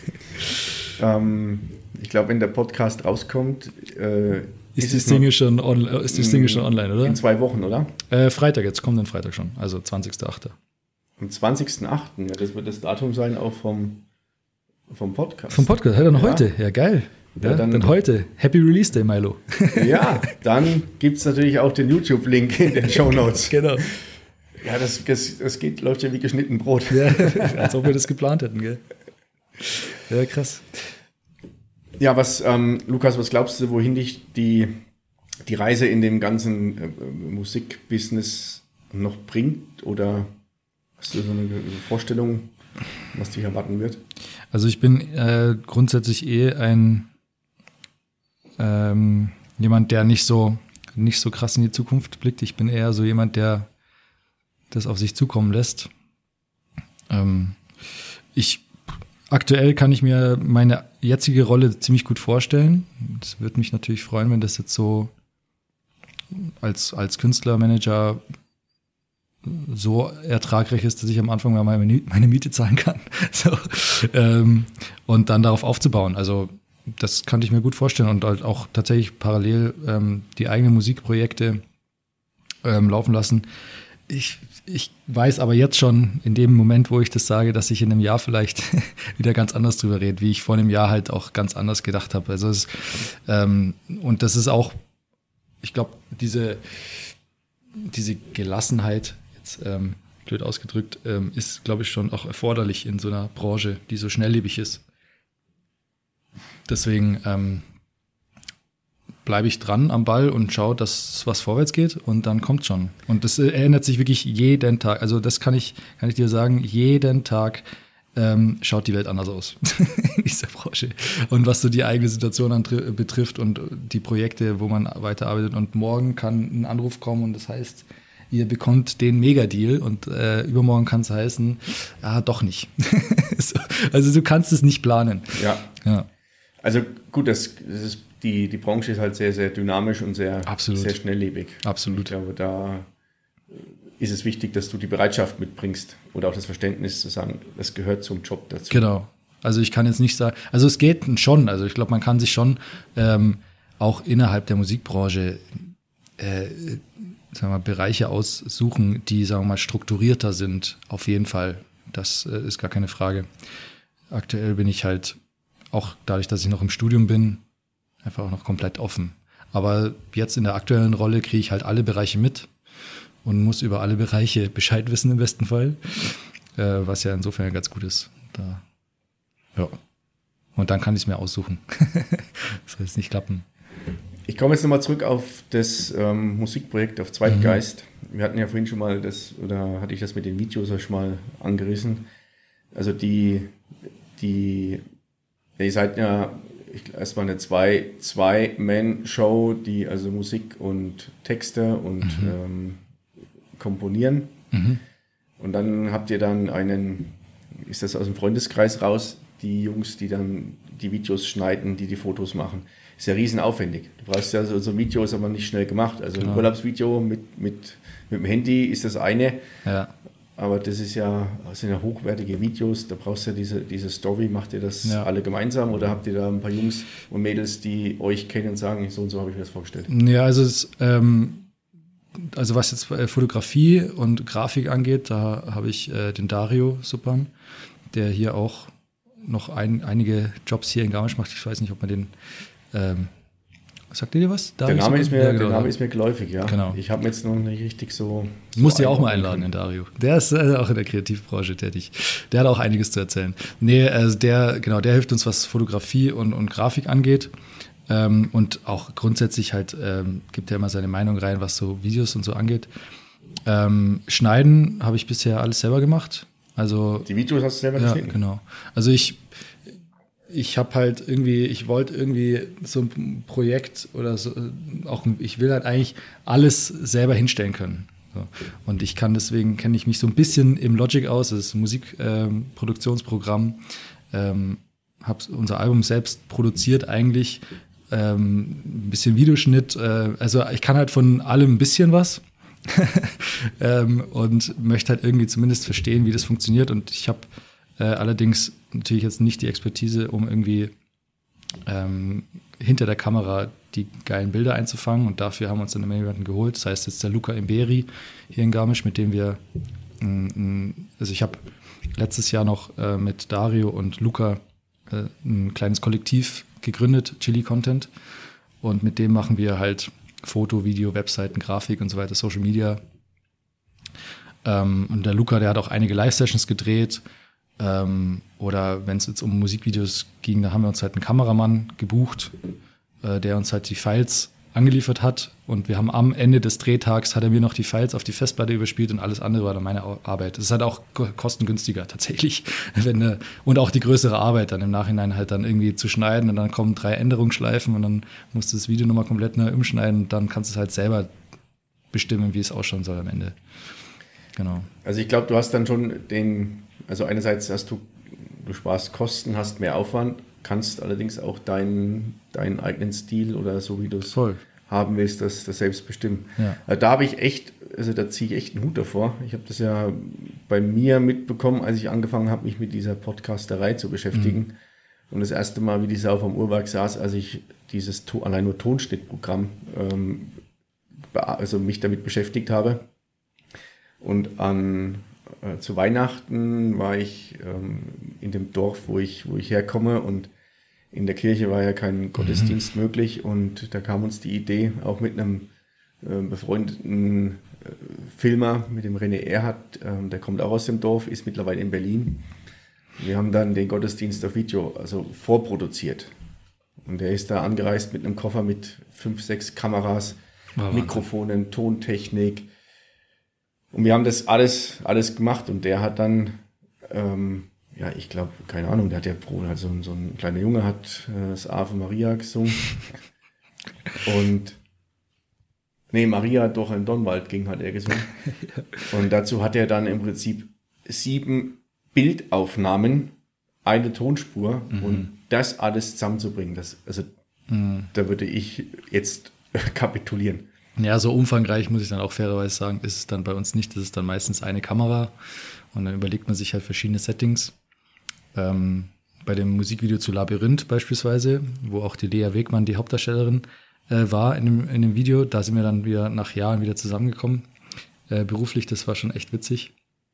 Ich glaube, wenn der Podcast rauskommt, ist die Single schon online, oder? In 2 Wochen, oder? Freitag, jetzt kommenden Freitag schon, also 20.08. Am 20.08. Ja, das wird das Datum sein auch vom Podcast. Vom Podcast, hat er noch heute? Ja, geil. Ja, dann heute. Happy Release Day, Milo. Ja, dann gibt es natürlich auch den YouTube-Link in den Shownotes. Genau. Ja, das läuft ja wie geschnitten Brot. Ja, als ob wir das geplant hätten, gell? Ja, krass. Ja, Lukas, was glaubst du, wohin dich die Reise in dem ganzen Musikbusiness noch bringt? Oder hast du so eine Vorstellung, was dich erwarten wird? Also ich bin grundsätzlich jemand, der nicht so krass in die Zukunft blickt. Ich bin eher so jemand, der das auf sich zukommen lässt. Aktuell kann ich mir meine jetzige Rolle ziemlich gut vorstellen. Es würde mich natürlich freuen, wenn das jetzt so als Künstlermanager so ertragreich ist, dass ich am Anfang mal meine Miete zahlen kann. So, und dann darauf aufzubauen. Also das könnte ich mir gut vorstellen und halt auch tatsächlich parallel die eigenen Musikprojekte laufen lassen. Ich weiß aber jetzt schon in dem Moment, wo ich das sage, dass ich in einem Jahr vielleicht wieder ganz anders drüber rede, wie ich vor einem Jahr halt auch ganz anders gedacht habe. Also und das ist auch, ich glaube, diese Gelassenheit, jetzt blöd ausgedrückt, ist, glaube ich, schon auch erforderlich in so einer Branche, die so schnelllebig ist. Deswegen bleibe ich dran am Ball und schaue, dass was vorwärts geht und dann kommt schon. Und das ändert sich wirklich jeden Tag. Also das kann ich dir sagen, jeden Tag schaut die Welt anders aus in dieser Branche. Und was so die eigene Situation betrifft und die Projekte, wo man weiterarbeitet. Und morgen kann ein Anruf kommen und das heißt, ihr bekommt den Megadeal und übermorgen kann es heißen, doch nicht. So, also du kannst es nicht planen. Ja. Also gut, die Branche ist halt sehr, sehr dynamisch und sehr schnelllebig. Absolut. Ich glaube, da ist es wichtig, dass du die Bereitschaft mitbringst oder auch das Verständnis zu sagen, das gehört zum Job dazu. Genau. Also ich kann jetzt nicht sagen, also es geht schon, also ich glaube, man kann sich schon auch innerhalb der Musikbranche sagen wir mal, Bereiche aussuchen, die, sagen wir mal, strukturierter sind, auf jeden Fall. Das ist gar keine Frage. Aktuell bin ich halt, auch dadurch, dass ich noch im Studium bin, einfach auch noch komplett offen. Aber jetzt in der aktuellen Rolle kriege ich halt alle Bereiche mit und muss über alle Bereiche Bescheid wissen im besten Fall, was ja insofern ganz gut ist. Und dann kann ich es mir aussuchen. Das soll jetzt nicht klappen. Ich komme jetzt nochmal zurück auf das Musikprojekt, auf Zweitgeist. Wir hatten ja vorhin schon mal hatte ich das mit den Videos auch schon mal angerissen. Also ihr seid ja erstmal eine Zwei-Man-Show, die also Musik und Texte und komponieren. Und dann habt ihr dann ist das aus dem Freundeskreis raus, die Jungs, die dann die Videos schneiden, die Fotos machen. Ist ja riesen aufwendig. Du brauchst ja so Videos, aber nicht schnell gemacht. Also ein Urlaubsvideo mit dem Handy ist das eine. Ja. Aber das sind ja hochwertige Videos. Da brauchst du ja diese Story. Macht ihr das alle gemeinsam oder habt ihr da ein paar Jungs und Mädels, die euch kennen und sagen, so und so habe ich mir das vorgestellt? Ja, also was jetzt Fotografie und Grafik angeht, da habe ich den Dario Suppan, der hier auch noch einige Jobs hier in Garmisch macht. Ich weiß nicht, ob man den sagt ihr dir was? Der Name ist mir geläufig, ja. Genau. Ich habe mir jetzt noch nicht richtig so musst du auch mal einladen, den Dario. Der ist auch in der Kreativbranche tätig. Der hat auch einiges zu erzählen. Nee, also der hilft uns, was Fotografie und Grafik angeht. Und auch grundsätzlich halt gibt er immer seine Meinung rein, was so Videos und so angeht. Schneiden habe ich bisher alles selber gemacht. Also die Videos hast du selber geschnitten? Ja, genau. Also ich habe halt ich wollte irgendwie so ein Projekt oder so, ich will halt eigentlich alles selber hinstellen können. So. Und kenne ich mich so ein bisschen im Logic aus, das ist ein Musikproduktionsprogramm, habe unser Album selbst produziert eigentlich, ein bisschen Videoschnitt, also ich kann halt von allem ein bisschen was. Und möchte halt irgendwie zumindest verstehen, wie das funktioniert. Und ich habe allerdings natürlich jetzt nicht die Expertise, um irgendwie hinter der Kamera die geilen Bilder einzufangen. Und dafür haben wir uns dann immer jemanden geholt. Das heißt jetzt der Luca Imberi hier in Garmisch, mit dem wir also ich habe letztes Jahr noch mit Dario und Luca ein kleines Kollektiv gegründet, Chili Content. Und mit dem machen wir halt Foto, Video, Webseiten, Grafik und so weiter, Social Media. Und der Luca, der hat auch einige Live-Sessions gedreht. Oder wenn es jetzt um Musikvideos ging, da haben wir uns halt einen Kameramann gebucht, der uns halt die Files angeliefert hat. Und wir haben am Ende des Drehtags, hat er mir noch die Files auf die Festplatte überspielt und alles andere war dann meine Arbeit. Das ist halt auch kostengünstiger tatsächlich. Und auch die größere Arbeit dann im Nachhinein halt dann irgendwie zu schneiden und dann kommen 3 Änderungsschleifen und dann musst du das Video nochmal komplett neu umschneiden und dann kannst du es halt selber bestimmen, wie es ausschauen soll am Ende. Genau. Also ich glaube, du hast dann schon also einerseits du sparst Kosten, hast mehr Aufwand, kannst allerdings auch deinen eigenen Stil oder so, wie du es haben willst, das selbst bestimmen. Ja. Da habe ich da ziehe ich echt einen Hut davor. Ich habe das ja bei mir mitbekommen, als ich angefangen habe, mich mit dieser Podcasterei zu beschäftigen. Und das erste Mal, wie die Sau vom Uhrwerk saß, als ich dieses allein nur Tonschnittprogramm also mich damit beschäftigt habe. Und zu Weihnachten war ich in dem Dorf, wo ich herkomme, und in der Kirche war ja kein Gottesdienst möglich, und da kam uns die Idee, auch mit einem befreundeten Filmer, mit dem René Erhardt, der kommt auch aus dem Dorf, ist mittlerweile in Berlin. Wir haben dann den Gottesdienst auf Video, also vorproduziert. Und der ist da angereist mit einem Koffer mit 5, 6 Kameras, Mikrofonen, Tontechnik. Und wir haben das alles gemacht. Und der hat dann, ich glaube, keine Ahnung, der hat ja so ein kleiner Junge hat das Ave Maria gesungen. Und Maria durch den Donwald ging, hat er gesungen. Und dazu hat er dann im Prinzip 7 Bildaufnahmen, eine Tonspur und das alles zusammenzubringen. Da würde ich jetzt kapitulieren. Ja, so umfangreich, muss ich dann auch fairerweise sagen, ist es dann bei uns nicht. Das ist dann meistens eine Kamera und dann überlegt man sich halt verschiedene Settings. Bei dem Musikvideo zu Labyrinth beispielsweise, wo auch die Lea Wegmann die Hauptdarstellerin war in dem Video, da sind wir dann wieder nach Jahren wieder zusammengekommen. Beruflich, das war schon echt witzig.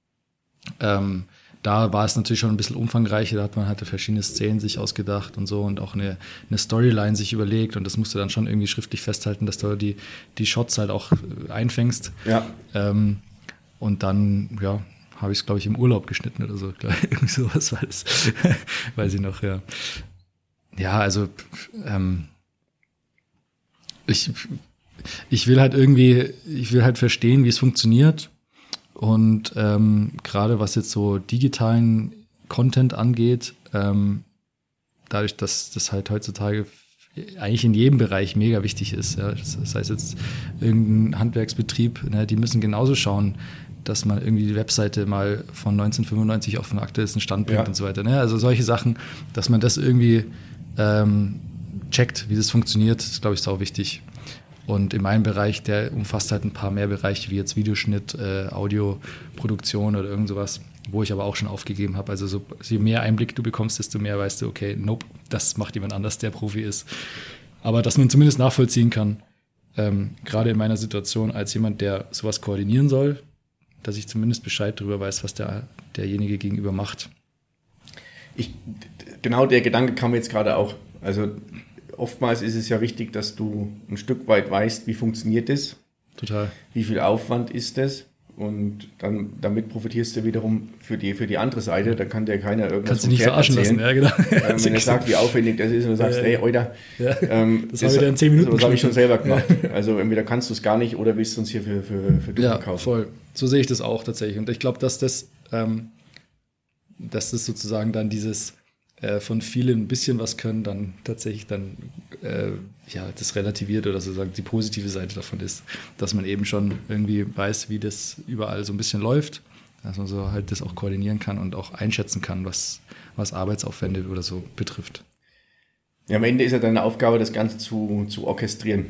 Da war es natürlich schon ein bisschen umfangreicher, da hat man halt verschiedene Szenen sich ausgedacht und so und auch eine Storyline sich überlegt und das musst du dann schon irgendwie schriftlich festhalten, dass du die Shots halt auch einfängst. Ja. Und dann, ja, habe ich es, glaube ich, im Urlaub geschnitten oder so. Irgendwie sowas war das. Weiß ich noch, ja. Ja, also ich will halt verstehen, wie es funktioniert. Und gerade was jetzt so digitalen Content angeht, dadurch, dass das halt heutzutage eigentlich in jedem Bereich mega wichtig ist. Ja. Das heißt jetzt irgendein Handwerksbetrieb, ne, die müssen genauso schauen, dass man irgendwie die Webseite mal von 1995 auf den aktuellsten Stand bringt und so weiter. Ne? Also solche Sachen, dass man das irgendwie checkt, wie das funktioniert, ist, glaube ich, sau wichtig. Und in meinem Bereich, der umfasst halt ein paar mehr Bereiche, wie jetzt Videoschnitt, Audioproduktion oder irgend sowas, wo ich aber auch schon aufgegeben habe. Also je mehr Einblick du bekommst, desto mehr weißt du, okay, nope, das macht jemand anders, der Profi ist. Aber dass man zumindest nachvollziehen kann, gerade in meiner Situation als jemand, der sowas koordinieren soll, dass ich zumindest Bescheid darüber weiß, was derjenige gegenüber macht. Genau der Gedanke kam jetzt gerade auch. Also oftmals ist es ja wichtig, dass du ein Stück weit weißt, wie funktioniert das. Total. Wie viel Aufwand ist das? Und dann damit profitierst du wiederum für die andere Seite. Da kann dir keiner irgendwas Kannst du nicht verarschen lassen, ja, genau. Wenn er sagt, wie aufwendig das ist und du sagst, hey, Alter, das habe ich dir in 10 Minuten das habe ich schon selber gemacht. Also entweder kannst du es gar nicht oder willst du uns hier für du ja, verkaufen. Voll. So sehe ich das auch tatsächlich. Und ich glaube, dass das sozusagen dann dieses von vielen ein bisschen was können, dann tatsächlich dann das relativiert oder sozusagen die positive Seite davon ist, dass man eben schon irgendwie weiß, wie das überall so ein bisschen läuft, dass man so halt das auch koordinieren kann und auch einschätzen kann, was Arbeitsaufwände oder so betrifft. Ja, am Ende ist ja deine Aufgabe, das Ganze zu orchestrieren.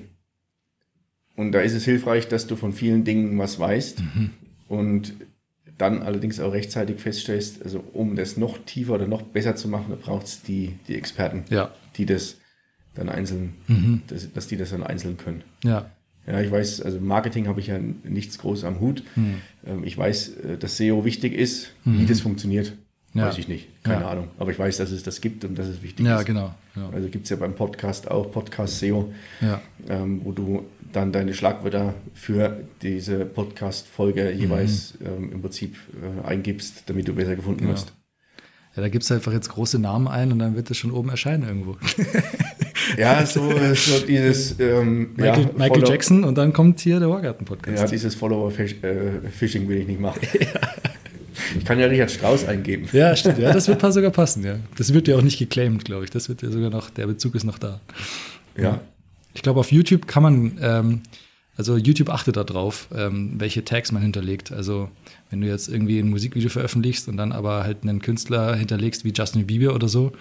Und da ist es hilfreich, dass du von vielen Dingen was weißt und dann allerdings auch rechtzeitig feststellst, also um das noch tiefer oder noch besser zu machen, da braucht es die Experten, die das dann einzeln, dass die das dann einzeln können. Ja, ich weiß, also Marketing habe ich ja nichts groß am Hut. Ich weiß, dass SEO wichtig ist. Wie das funktioniert, weiß ich nicht. Keine Ahnung. Aber ich weiß, dass es das gibt und dass es wichtig ist. Ja, genau. Ja. Also gibt es ja beim Podcast auch Podcast SEO, wo du dann deine Schlagwörter für diese Podcast-Folge jeweils im Prinzip eingibst, damit du besser gefunden wirst. Ja, da gibst du einfach jetzt große Namen ein und dann wird das schon oben erscheinen irgendwo. Ja, so dieses Michael Jackson und dann kommt hier der Horgarten-Podcast. Ja, dieses Follower-Phishing will ich nicht machen. Ich kann ja Richard Strauss eingeben. Ja, stimmt. Ja, das wird sogar passen, ja. Das wird ja auch nicht geclaimed, glaube ich. Das wird ja sogar noch, der Bezug ist noch da. Ja. Ich glaube, auf YouTube kann man, also YouTube achtet darauf, welche Tags man hinterlegt. Also wenn du jetzt irgendwie ein Musikvideo veröffentlichst und dann aber halt einen Künstler hinterlegst wie Justin Bieber oder so,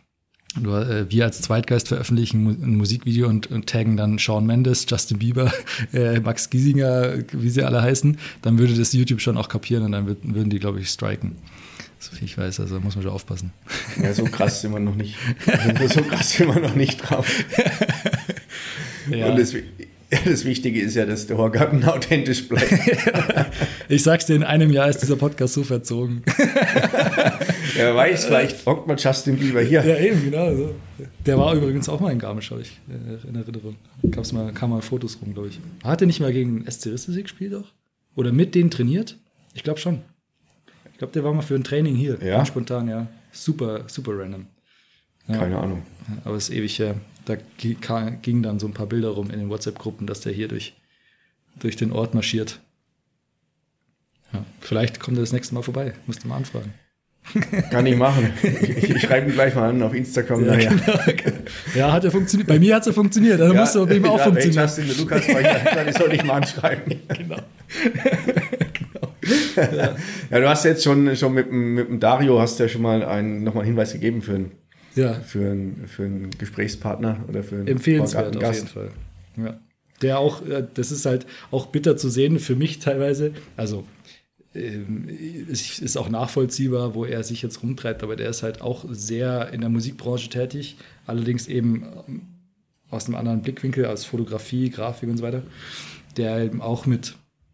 wir als Zweitgeist veröffentlichen ein Musikvideo und taggen dann Shawn Mendes, Justin Bieber, Max Giesinger, wie sie alle heißen, dann würde das YouTube schon auch kapieren und dann würden die, glaube ich, striken. So viel ich weiß, also muss man schon aufpassen. Ja, so krass sind wir noch nicht. So krass sind wir noch nicht drauf. Ja. Und das Wichtige ist ja, dass der Horgarten authentisch bleibt. Ich sag's dir, in einem Jahr ist dieser Podcast so verzogen. Wer weiß, vielleicht hockt man Justin Bieber hier. Ja, eben, genau. So. Der war übrigens auch mal in Garmisch, habe ich in Erinnerung. Kam mal Fotos rum, glaube ich. Hat er nicht mal gegen SC Risselsee gespielt auch? Oder mit denen trainiert? Ich glaube schon. Ich glaube, der war mal für ein Training hier. Ja. Ganz spontan, ja. Super, super random. Keine Ahnung. Aber es ist ewig her. Da gingen dann so ein paar Bilder rum in den WhatsApp-Gruppen, dass der hier durch den Ort marschiert. Ja, vielleicht kommt er das nächste Mal vorbei. Musst du mal anfragen. Kann ich machen. Ich schreibe ihn gleich mal an auf Instagram. Ja, genau. Ja, hat ja funktioniert. Bei mir hat es ja funktioniert. Dann muss es bei ihm auch funktionieren. Justin, der Lukas war hier, ich soll dich mal anschreiben. Genau. Ja, du hast jetzt schon mit dem Dario hast ja schon mal nochmal einen Hinweis gegeben für einen Gesprächspartner oder für einen empfehlenswert auf jeden Fall. Ja. Der auch, das ist halt auch bitter zu sehen für mich teilweise. Also es ist auch nachvollziehbar, wo er sich jetzt rumtreibt, aber der ist halt auch sehr in der Musikbranche tätig, allerdings eben aus einem anderen Blickwinkel, aus Fotografie, Grafik und so weiter, der eben auch mit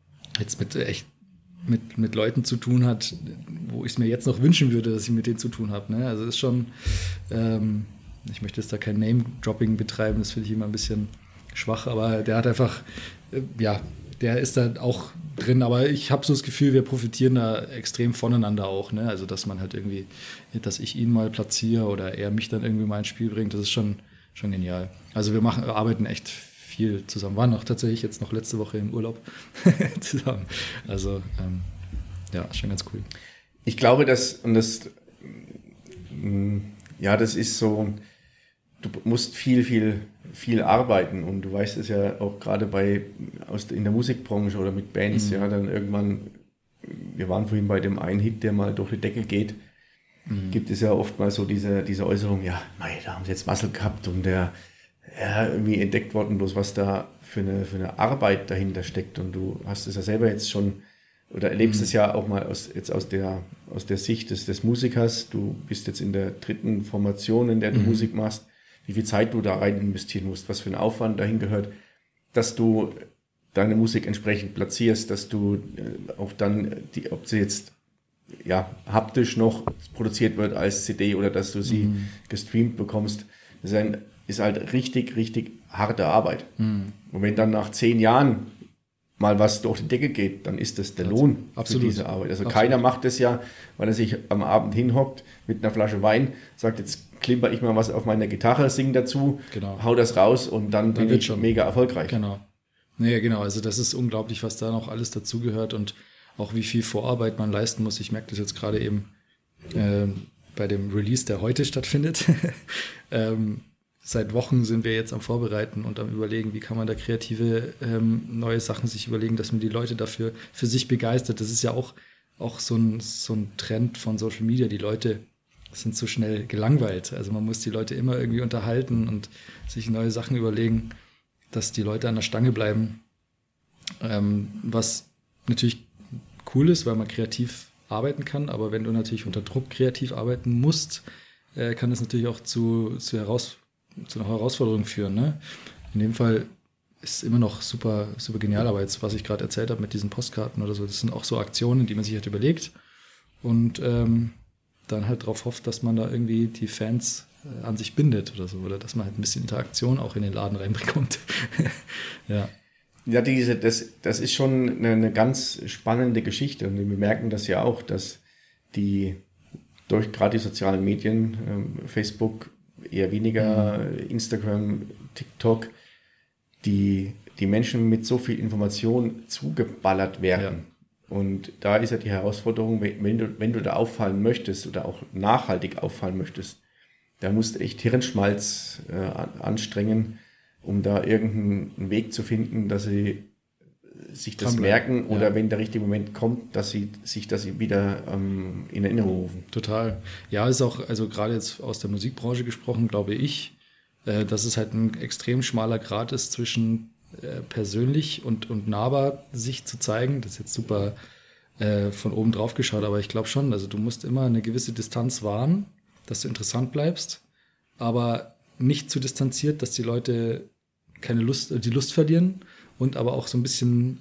Leuten zu tun hat, wo ich es mir jetzt noch wünschen würde, dass ich mit denen zu tun habe. Ne? Also es ist schon, ich möchte jetzt da kein Name-Dropping betreiben, das finde ich immer ein bisschen schwach, aber der hat einfach, der ist da auch drin, aber ich habe so das Gefühl, wir profitieren da extrem voneinander auch, ne? Also dass man halt irgendwie, dass ich ihn mal platziere oder er mich dann irgendwie mal ins Spiel bringt, das ist schon genial. Also wir arbeiten echt viel zusammen, waren auch tatsächlich jetzt noch letzte Woche im Urlaub zusammen, also schon ganz cool. Ich glaube, das ist so, du musst viel arbeiten und du weißt es ja auch gerade in der Musikbranche oder mit Bands, dann irgendwann, wir waren vorhin bei dem einen Hit, der mal durch die Decke geht, gibt es ja oft mal so diese Äußerung, da haben sie jetzt Muscle gehabt und der irgendwie entdeckt worden, bloß was da für eine Arbeit dahinter steckt und du hast es ja selber jetzt schon oder erlebst es ja auch mal aus der Sicht des Musikers, du bist jetzt in der 3. Formation, in der du Musik machst, wie viel Zeit du da rein investieren musst, was für ein Aufwand dahin gehört, dass du deine Musik entsprechend platzierst, dass du auch dann, ob sie jetzt haptisch noch produziert wird als CD oder dass du sie gestreamt bekommst, das ist halt richtig, richtig harte Arbeit. Und wenn dann nach 10 Jahren mal was durch die Decke geht, dann ist das der Lohn für diese Arbeit. Also keiner macht das ja, weil er sich am Abend hinhockt mit einer Flasche Wein, sagt, jetzt klimper ich mal was auf meiner Gitarre, sing dazu, hau das raus und dann bin ich schon mega erfolgreich. Genau. Naja, genau. Also das ist unglaublich, was da noch alles dazugehört und auch wie viel Vorarbeit man leisten muss. Ich merke das jetzt gerade eben bei dem Release, der heute stattfindet. Seit Wochen sind wir jetzt am Vorbereiten und am Überlegen, wie kann man da kreative neue Sachen sich überlegen, dass man die Leute dafür für sich begeistert. Das ist ja auch so ein Trend von Social Media. Die Leute sind so schnell gelangweilt. Also man muss die Leute immer irgendwie unterhalten und sich neue Sachen überlegen, dass die Leute an der Stange bleiben. Was natürlich cool ist, weil man kreativ arbeiten kann, aber wenn du natürlich unter Druck kreativ arbeiten musst, kann das natürlich auch zu einer Herausforderung führen. Ne? In dem Fall ist es immer noch super, super genial, aber jetzt, was ich gerade erzählt habe mit diesen Postkarten oder so, das sind auch so Aktionen, die man sich halt überlegt und dann halt darauf hofft, dass man da irgendwie die Fans an sich bindet oder so, oder dass man halt ein bisschen Interaktion auch in den Laden reinbekommt. Ja. Ja, das ist schon eine ganz spannende Geschichte und wir merken das ja auch, dass durch gerade die sozialen Medien, Facebook eher weniger, Instagram, TikTok, die Menschen mit so viel Information zugeballert werden. Ja. Und da ist ja die Herausforderung, wenn du da auffallen möchtest oder auch nachhaltig auffallen möchtest, da musst du echt Hirnschmalz anstrengen, um da irgendeinen Weg zu finden, dass sie sich das merken oder wenn der richtige Moment kommt, dass sie sich das wieder in Erinnerung rufen. Total. Ja, ist auch, also gerade jetzt aus der Musikbranche gesprochen, glaube ich, dass es halt ein extrem schmaler Grat ist zwischen persönlich und nahbar sich zu zeigen. Das ist jetzt super von oben drauf geschaut, aber ich glaube schon, also du musst immer eine gewisse Distanz wahren, dass du interessant bleibst, aber nicht zu distanziert, dass die Leute die Lust verlieren und aber auch so ein bisschen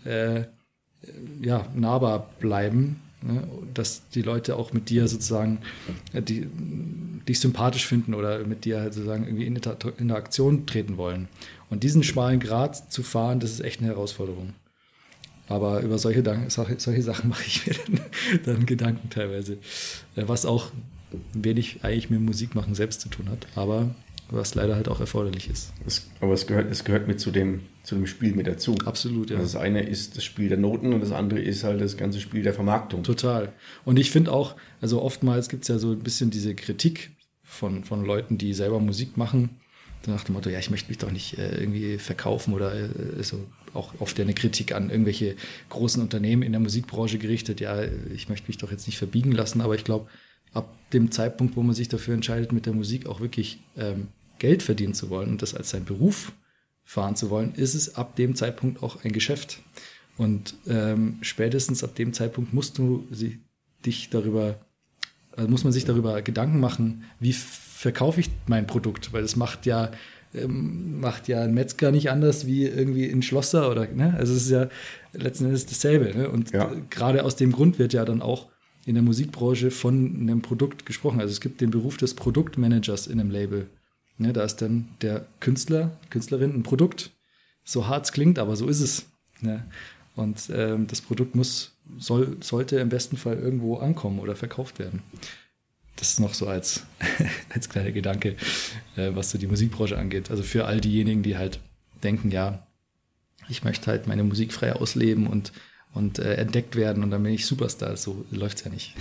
nahbar bleiben, ne? Dass die Leute auch mit dir sozusagen dich sympathisch finden oder mit dir halt sozusagen irgendwie in Interaktion treten wollen. Und diesen schmalen Grat zu fahren, das ist echt eine Herausforderung. Aber über solche Sachen mache ich mir dann Gedanken teilweise. Was auch wenig eigentlich mit Musik machen selbst zu tun hat, aber was leider halt auch erforderlich ist. Aber es gehört mit zu dem Spiel mit dazu. Absolut, ja. Also das eine ist das Spiel der Noten und das andere ist halt das ganze Spiel der Vermarktung. Total. Und ich finde auch, also oftmals gibt es ja so ein bisschen diese Kritik von Leuten, die selber Musik machen, nach dem Motto, ja, ich möchte mich doch nicht irgendwie verkaufen oder so auch oft eine Kritik an irgendwelche großen Unternehmen in der Musikbranche gerichtet, ja, ich möchte mich doch jetzt nicht verbiegen lassen, aber ich glaube, ab dem Zeitpunkt, wo man sich dafür entscheidet, mit der Musik auch wirklich Geld verdienen zu wollen und das als seinen Beruf fahren zu wollen, ist es ab dem Zeitpunkt auch ein Geschäft. Und spätestens ab dem Zeitpunkt muss man sich darüber Gedanken machen, wie verkaufe ich mein Produkt, weil das macht ja ein Metzger nicht anders wie irgendwie ein Schlosser oder, ne? Also es ist ja letzten Endes dasselbe, ne? Und gerade aus dem Grund wird ja dann auch in der Musikbranche von einem Produkt gesprochen. Also es gibt den Beruf des Produktmanagers in einem Label. Ne? Da ist dann der Künstlerin ein Produkt. So hart es klingt, aber so ist es. Ne? Und das Produkt sollte im besten Fall irgendwo ankommen oder verkauft werden. Das ist noch so als kleiner Gedanke, was so die Musikbranche angeht. Also für all diejenigen, die halt denken, ja, ich möchte halt meine Musik frei ausleben und entdeckt werden und dann bin ich Superstar. So läuft es ja nicht.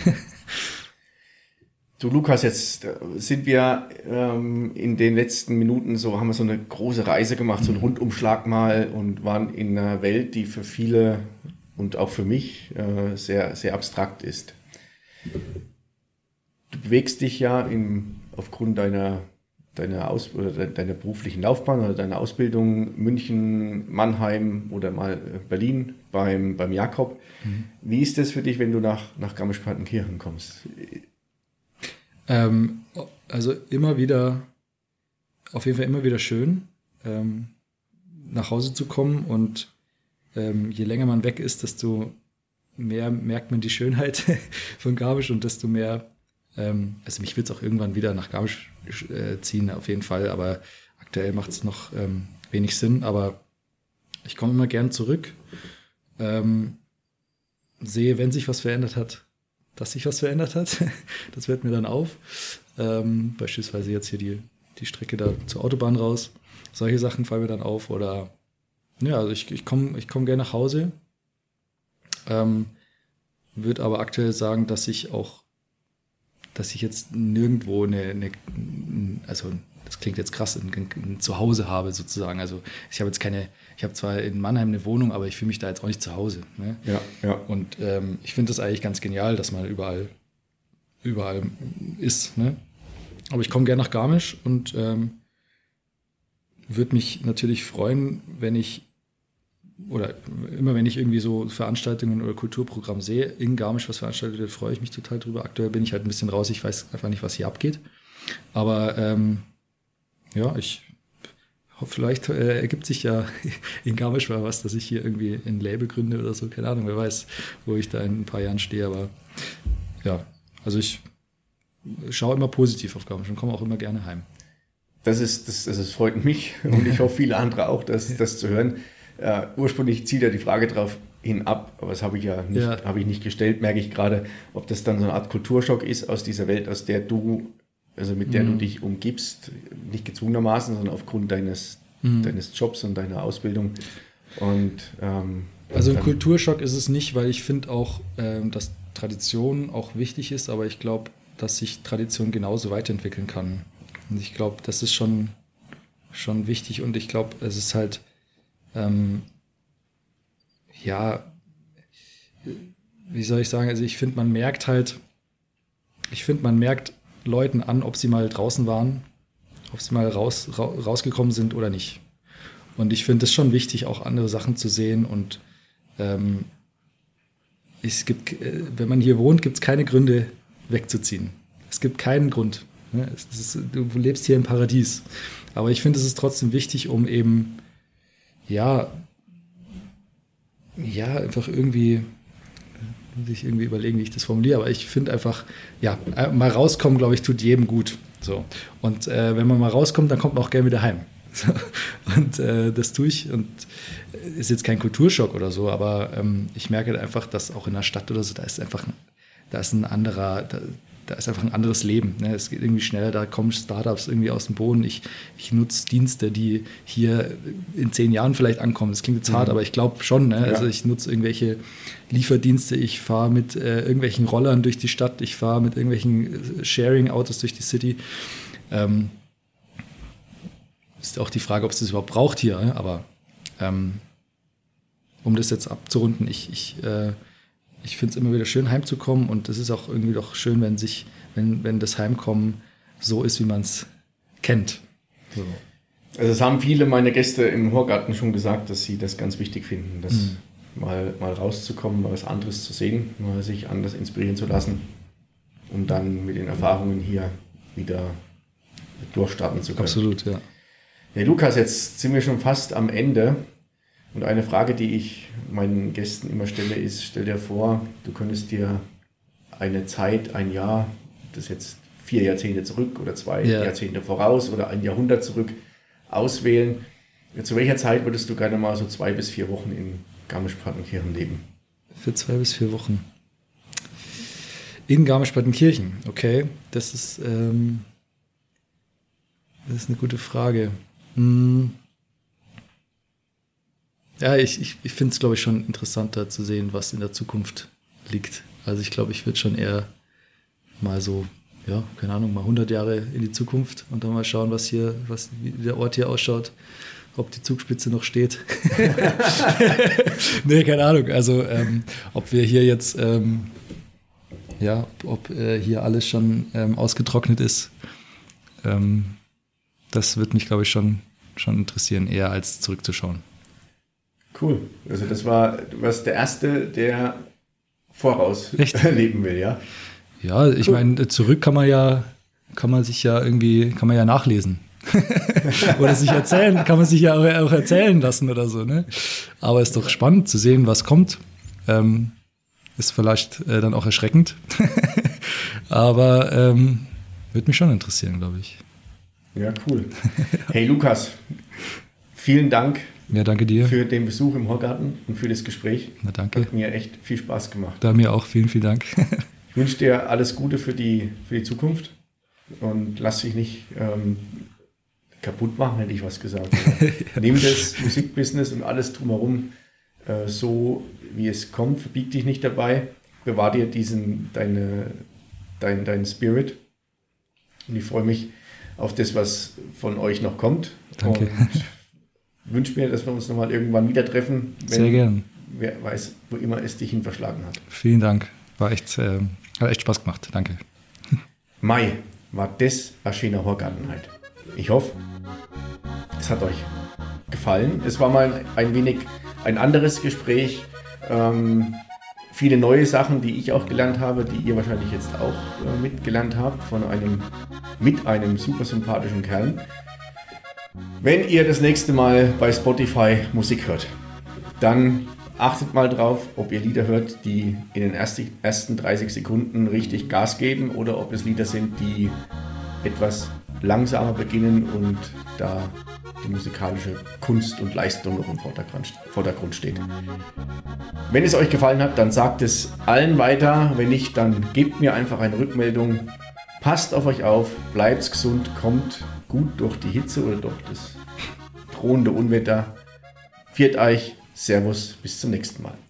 Du Lukas, jetzt sind wir in den letzten Minuten haben wir so eine große Reise gemacht, so einen Rundumschlag mal und waren in einer Welt, die für viele und auch für mich sehr, sehr abstrakt ist. Du bewegst dich ja aufgrund deiner beruflichen Laufbahn oder deiner Ausbildung München, Mannheim oder mal Berlin beim Jakob. Mhm. Wie ist das für dich, wenn du nach Garmisch-Partenkirchen kommst? Also auf jeden Fall immer wieder schön, nach Hause zu kommen und je länger man weg ist, desto mehr merkt man die Schönheit von Garmisch und desto mehr, also mich wird es auch irgendwann wieder nach Garmisch ziehen, auf jeden Fall, aber aktuell macht es noch wenig Sinn, aber ich komme immer gern zurück, sehe, wenn sich was verändert hat, dass sich was verändert hat. Das fällt mir dann auf. Beispielsweise jetzt hier die Strecke da zur Autobahn raus. Solche Sachen fallen mir dann auf. Oder ja, also ich komm gerne nach Hause. Würde aber aktuell sagen, dass ich jetzt nirgendwo also das klingt jetzt krass, ein Zuhause habe sozusagen. Also ich habe zwar in Mannheim eine Wohnung, aber ich fühle mich da jetzt auch nicht zu Hause. Ne? Ja. Und ich finde das eigentlich ganz genial, dass man überall ist. Ne? Aber ich komme gerne nach Garmisch und würde mich natürlich freuen, wenn ich irgendwie so Veranstaltungen oder Kulturprogramm sehe, in Garmisch was veranstaltet wird, freue ich mich total drüber. Aktuell bin ich halt ein bisschen raus, ich weiß einfach nicht, was hier abgeht. Aber ja, ich hoffe, vielleicht ergibt sich ja in Garmisch mal was, dass ich hier irgendwie ein Label gründe oder so, keine Ahnung, wer weiß, wo ich da in ein paar Jahren stehe, aber ja, also ich schaue immer positiv auf Garmisch und komme auch immer gerne heim. Das freut mich und ich hoffe viele andere auch, das zu hören. Ursprünglich zielt ja die Frage darauf hin ab, aber das habe ich nicht gestellt, merke ich gerade, ob das dann so eine Art Kulturschock ist aus dieser Welt, mit der du dich umgibst, nicht gezwungenermaßen, sondern aufgrund deines Jobs und deiner Ausbildung. Und also ein Kulturschock ist es nicht, weil ich finde auch, dass Tradition auch wichtig ist, aber ich glaube, dass sich Tradition genauso weiterentwickeln kann. Und ich glaube, das ist schon wichtig und ich glaube, es ist halt wie soll ich sagen, also ich finde, man merkt Leuten an, ob sie mal draußen waren, ob sie mal rausgekommen sind oder nicht. Und ich finde es schon wichtig, auch andere Sachen zu sehen und es gibt, wenn man hier wohnt, gibt es keine Gründe wegzuziehen. Es gibt keinen Grund. Ne? Du lebst hier im Paradies. Aber ich finde, es ist trotzdem wichtig, um eben einfach irgendwie, muss ich irgendwie überlegen, wie ich das formuliere, aber ich finde einfach, mal rauskommen, glaube ich, tut jedem gut. So. Und wenn man mal rauskommt, dann kommt man auch gerne wieder heim. So. Und das tue ich und ist jetzt kein Kulturschock oder so, aber ich merke einfach, dass auch in der Stadt oder so, da ist ein anderer, da ist einfach ein anderes Leben. Ne? Es geht irgendwie schneller, da kommen Startups irgendwie aus dem Boden. Ich nutze Dienste, die hier in 10 Jahren vielleicht ankommen. Das klingt jetzt hart, aber ich glaube schon. Ne? Ja. Also ich nutze irgendwelche Lieferdienste, ich fahre mit irgendwelchen Rollern durch die Stadt, ich fahre mit irgendwelchen Sharing-Autos durch die City. Ist auch die Frage, ob es das überhaupt braucht hier. Ne? Aber um das jetzt abzurunden, ich finde es immer wieder schön, heimzukommen, und es ist auch irgendwie doch schön, wenn das Heimkommen so ist, wie man es kennt. So. Also es haben viele meiner Gäste im Horgarten schon gesagt, dass sie das ganz wichtig finden, das mal rauszukommen, mal was anderes zu sehen, mal sich anders inspirieren zu lassen, um dann mit den Erfahrungen hier wieder durchstarten zu können. Absolut, ja. Ja, Lukas, jetzt sind wir schon fast am Ende. Und eine Frage, die ich meinen Gästen immer stelle, ist: Stell dir vor, du könntest dir eine Zeit, ein Jahr, das ist jetzt 4 Jahrzehnte zurück oder 2 Jahrzehnte voraus oder ein Jahrhundert zurück auswählen. Zu welcher Zeit würdest du gerne mal so 2 bis 4 Wochen in Garmisch-Partenkirchen leben? Für 2 bis 4 Wochen. In Garmisch-Partenkirchen, okay. Das ist eine gute Frage. Ja, ich finde es, glaube ich, schon interessanter zu sehen, was in der Zukunft liegt. Also ich glaube, ich würde schon eher mal so, ja, keine Ahnung, mal 100 Jahre in die Zukunft und dann mal schauen, wie der Ort hier ausschaut, ob die Zugspitze noch steht. Nee, keine Ahnung. Also ob wir hier jetzt, ob hier alles schon ausgetrocknet ist, das wird mich, glaube ich, schon interessieren, eher als zurückzuschauen. Cool. Also du warst der Erste, der voraus leben will, ja? Ja, ich meine, zurück kann man ja nachlesen. Oder kann man sich ja auch erzählen lassen oder so, ne? Aber ist doch spannend zu sehen, was kommt. Ist vielleicht dann auch erschreckend. Aber würde mich schon interessieren, glaube ich. Ja, cool. Hey Lukas, vielen Dank. Ja, danke dir. Für den Besuch im Horgarten und für das Gespräch. Na, danke. Hat mir echt viel Spaß gemacht. Da mir auch. Vielen, vielen Dank. Ich wünsche dir alles Gute für die Zukunft und lass dich nicht kaputt machen, hätte ich was gesagt. Ja. Nimm das Musikbusiness und alles drumherum so, wie es kommt. Verbieg dich nicht dabei. Bewahr dir deinen Spirit. Und ich freue mich auf das, was von euch noch kommt. Danke. Und wünsche mir, dass wir uns nochmal irgendwann wieder treffen. Sehr gern. Wer weiß, wo immer es dich hin verschlagen hat. Vielen Dank. Hat echt Spaß gemacht. Danke. Mai war das ein schöner Horgarten heute. Ich hoffe, es hat euch gefallen. Es war mal ein wenig ein anderes Gespräch. Viele neue Sachen, die ich auch gelernt habe, die ihr wahrscheinlich jetzt auch mitgelernt habt mit einem super sympathischen Kerl. Wenn ihr das nächste Mal bei Spotify Musik hört, dann achtet mal drauf, ob ihr Lieder hört, die in den ersten 30 Sekunden richtig Gas geben oder ob es Lieder sind, die etwas langsamer beginnen und da die musikalische Kunst und Leistung noch im Vordergrund steht. Wenn es euch gefallen hat, dann sagt es allen weiter. Wenn nicht, dann gebt mir einfach eine Rückmeldung. Passt auf euch auf, bleibt gesund, kommt gut durch die Hitze oder durch das drohende Unwetter. Viert euch, Servus, bis zum nächsten Mal.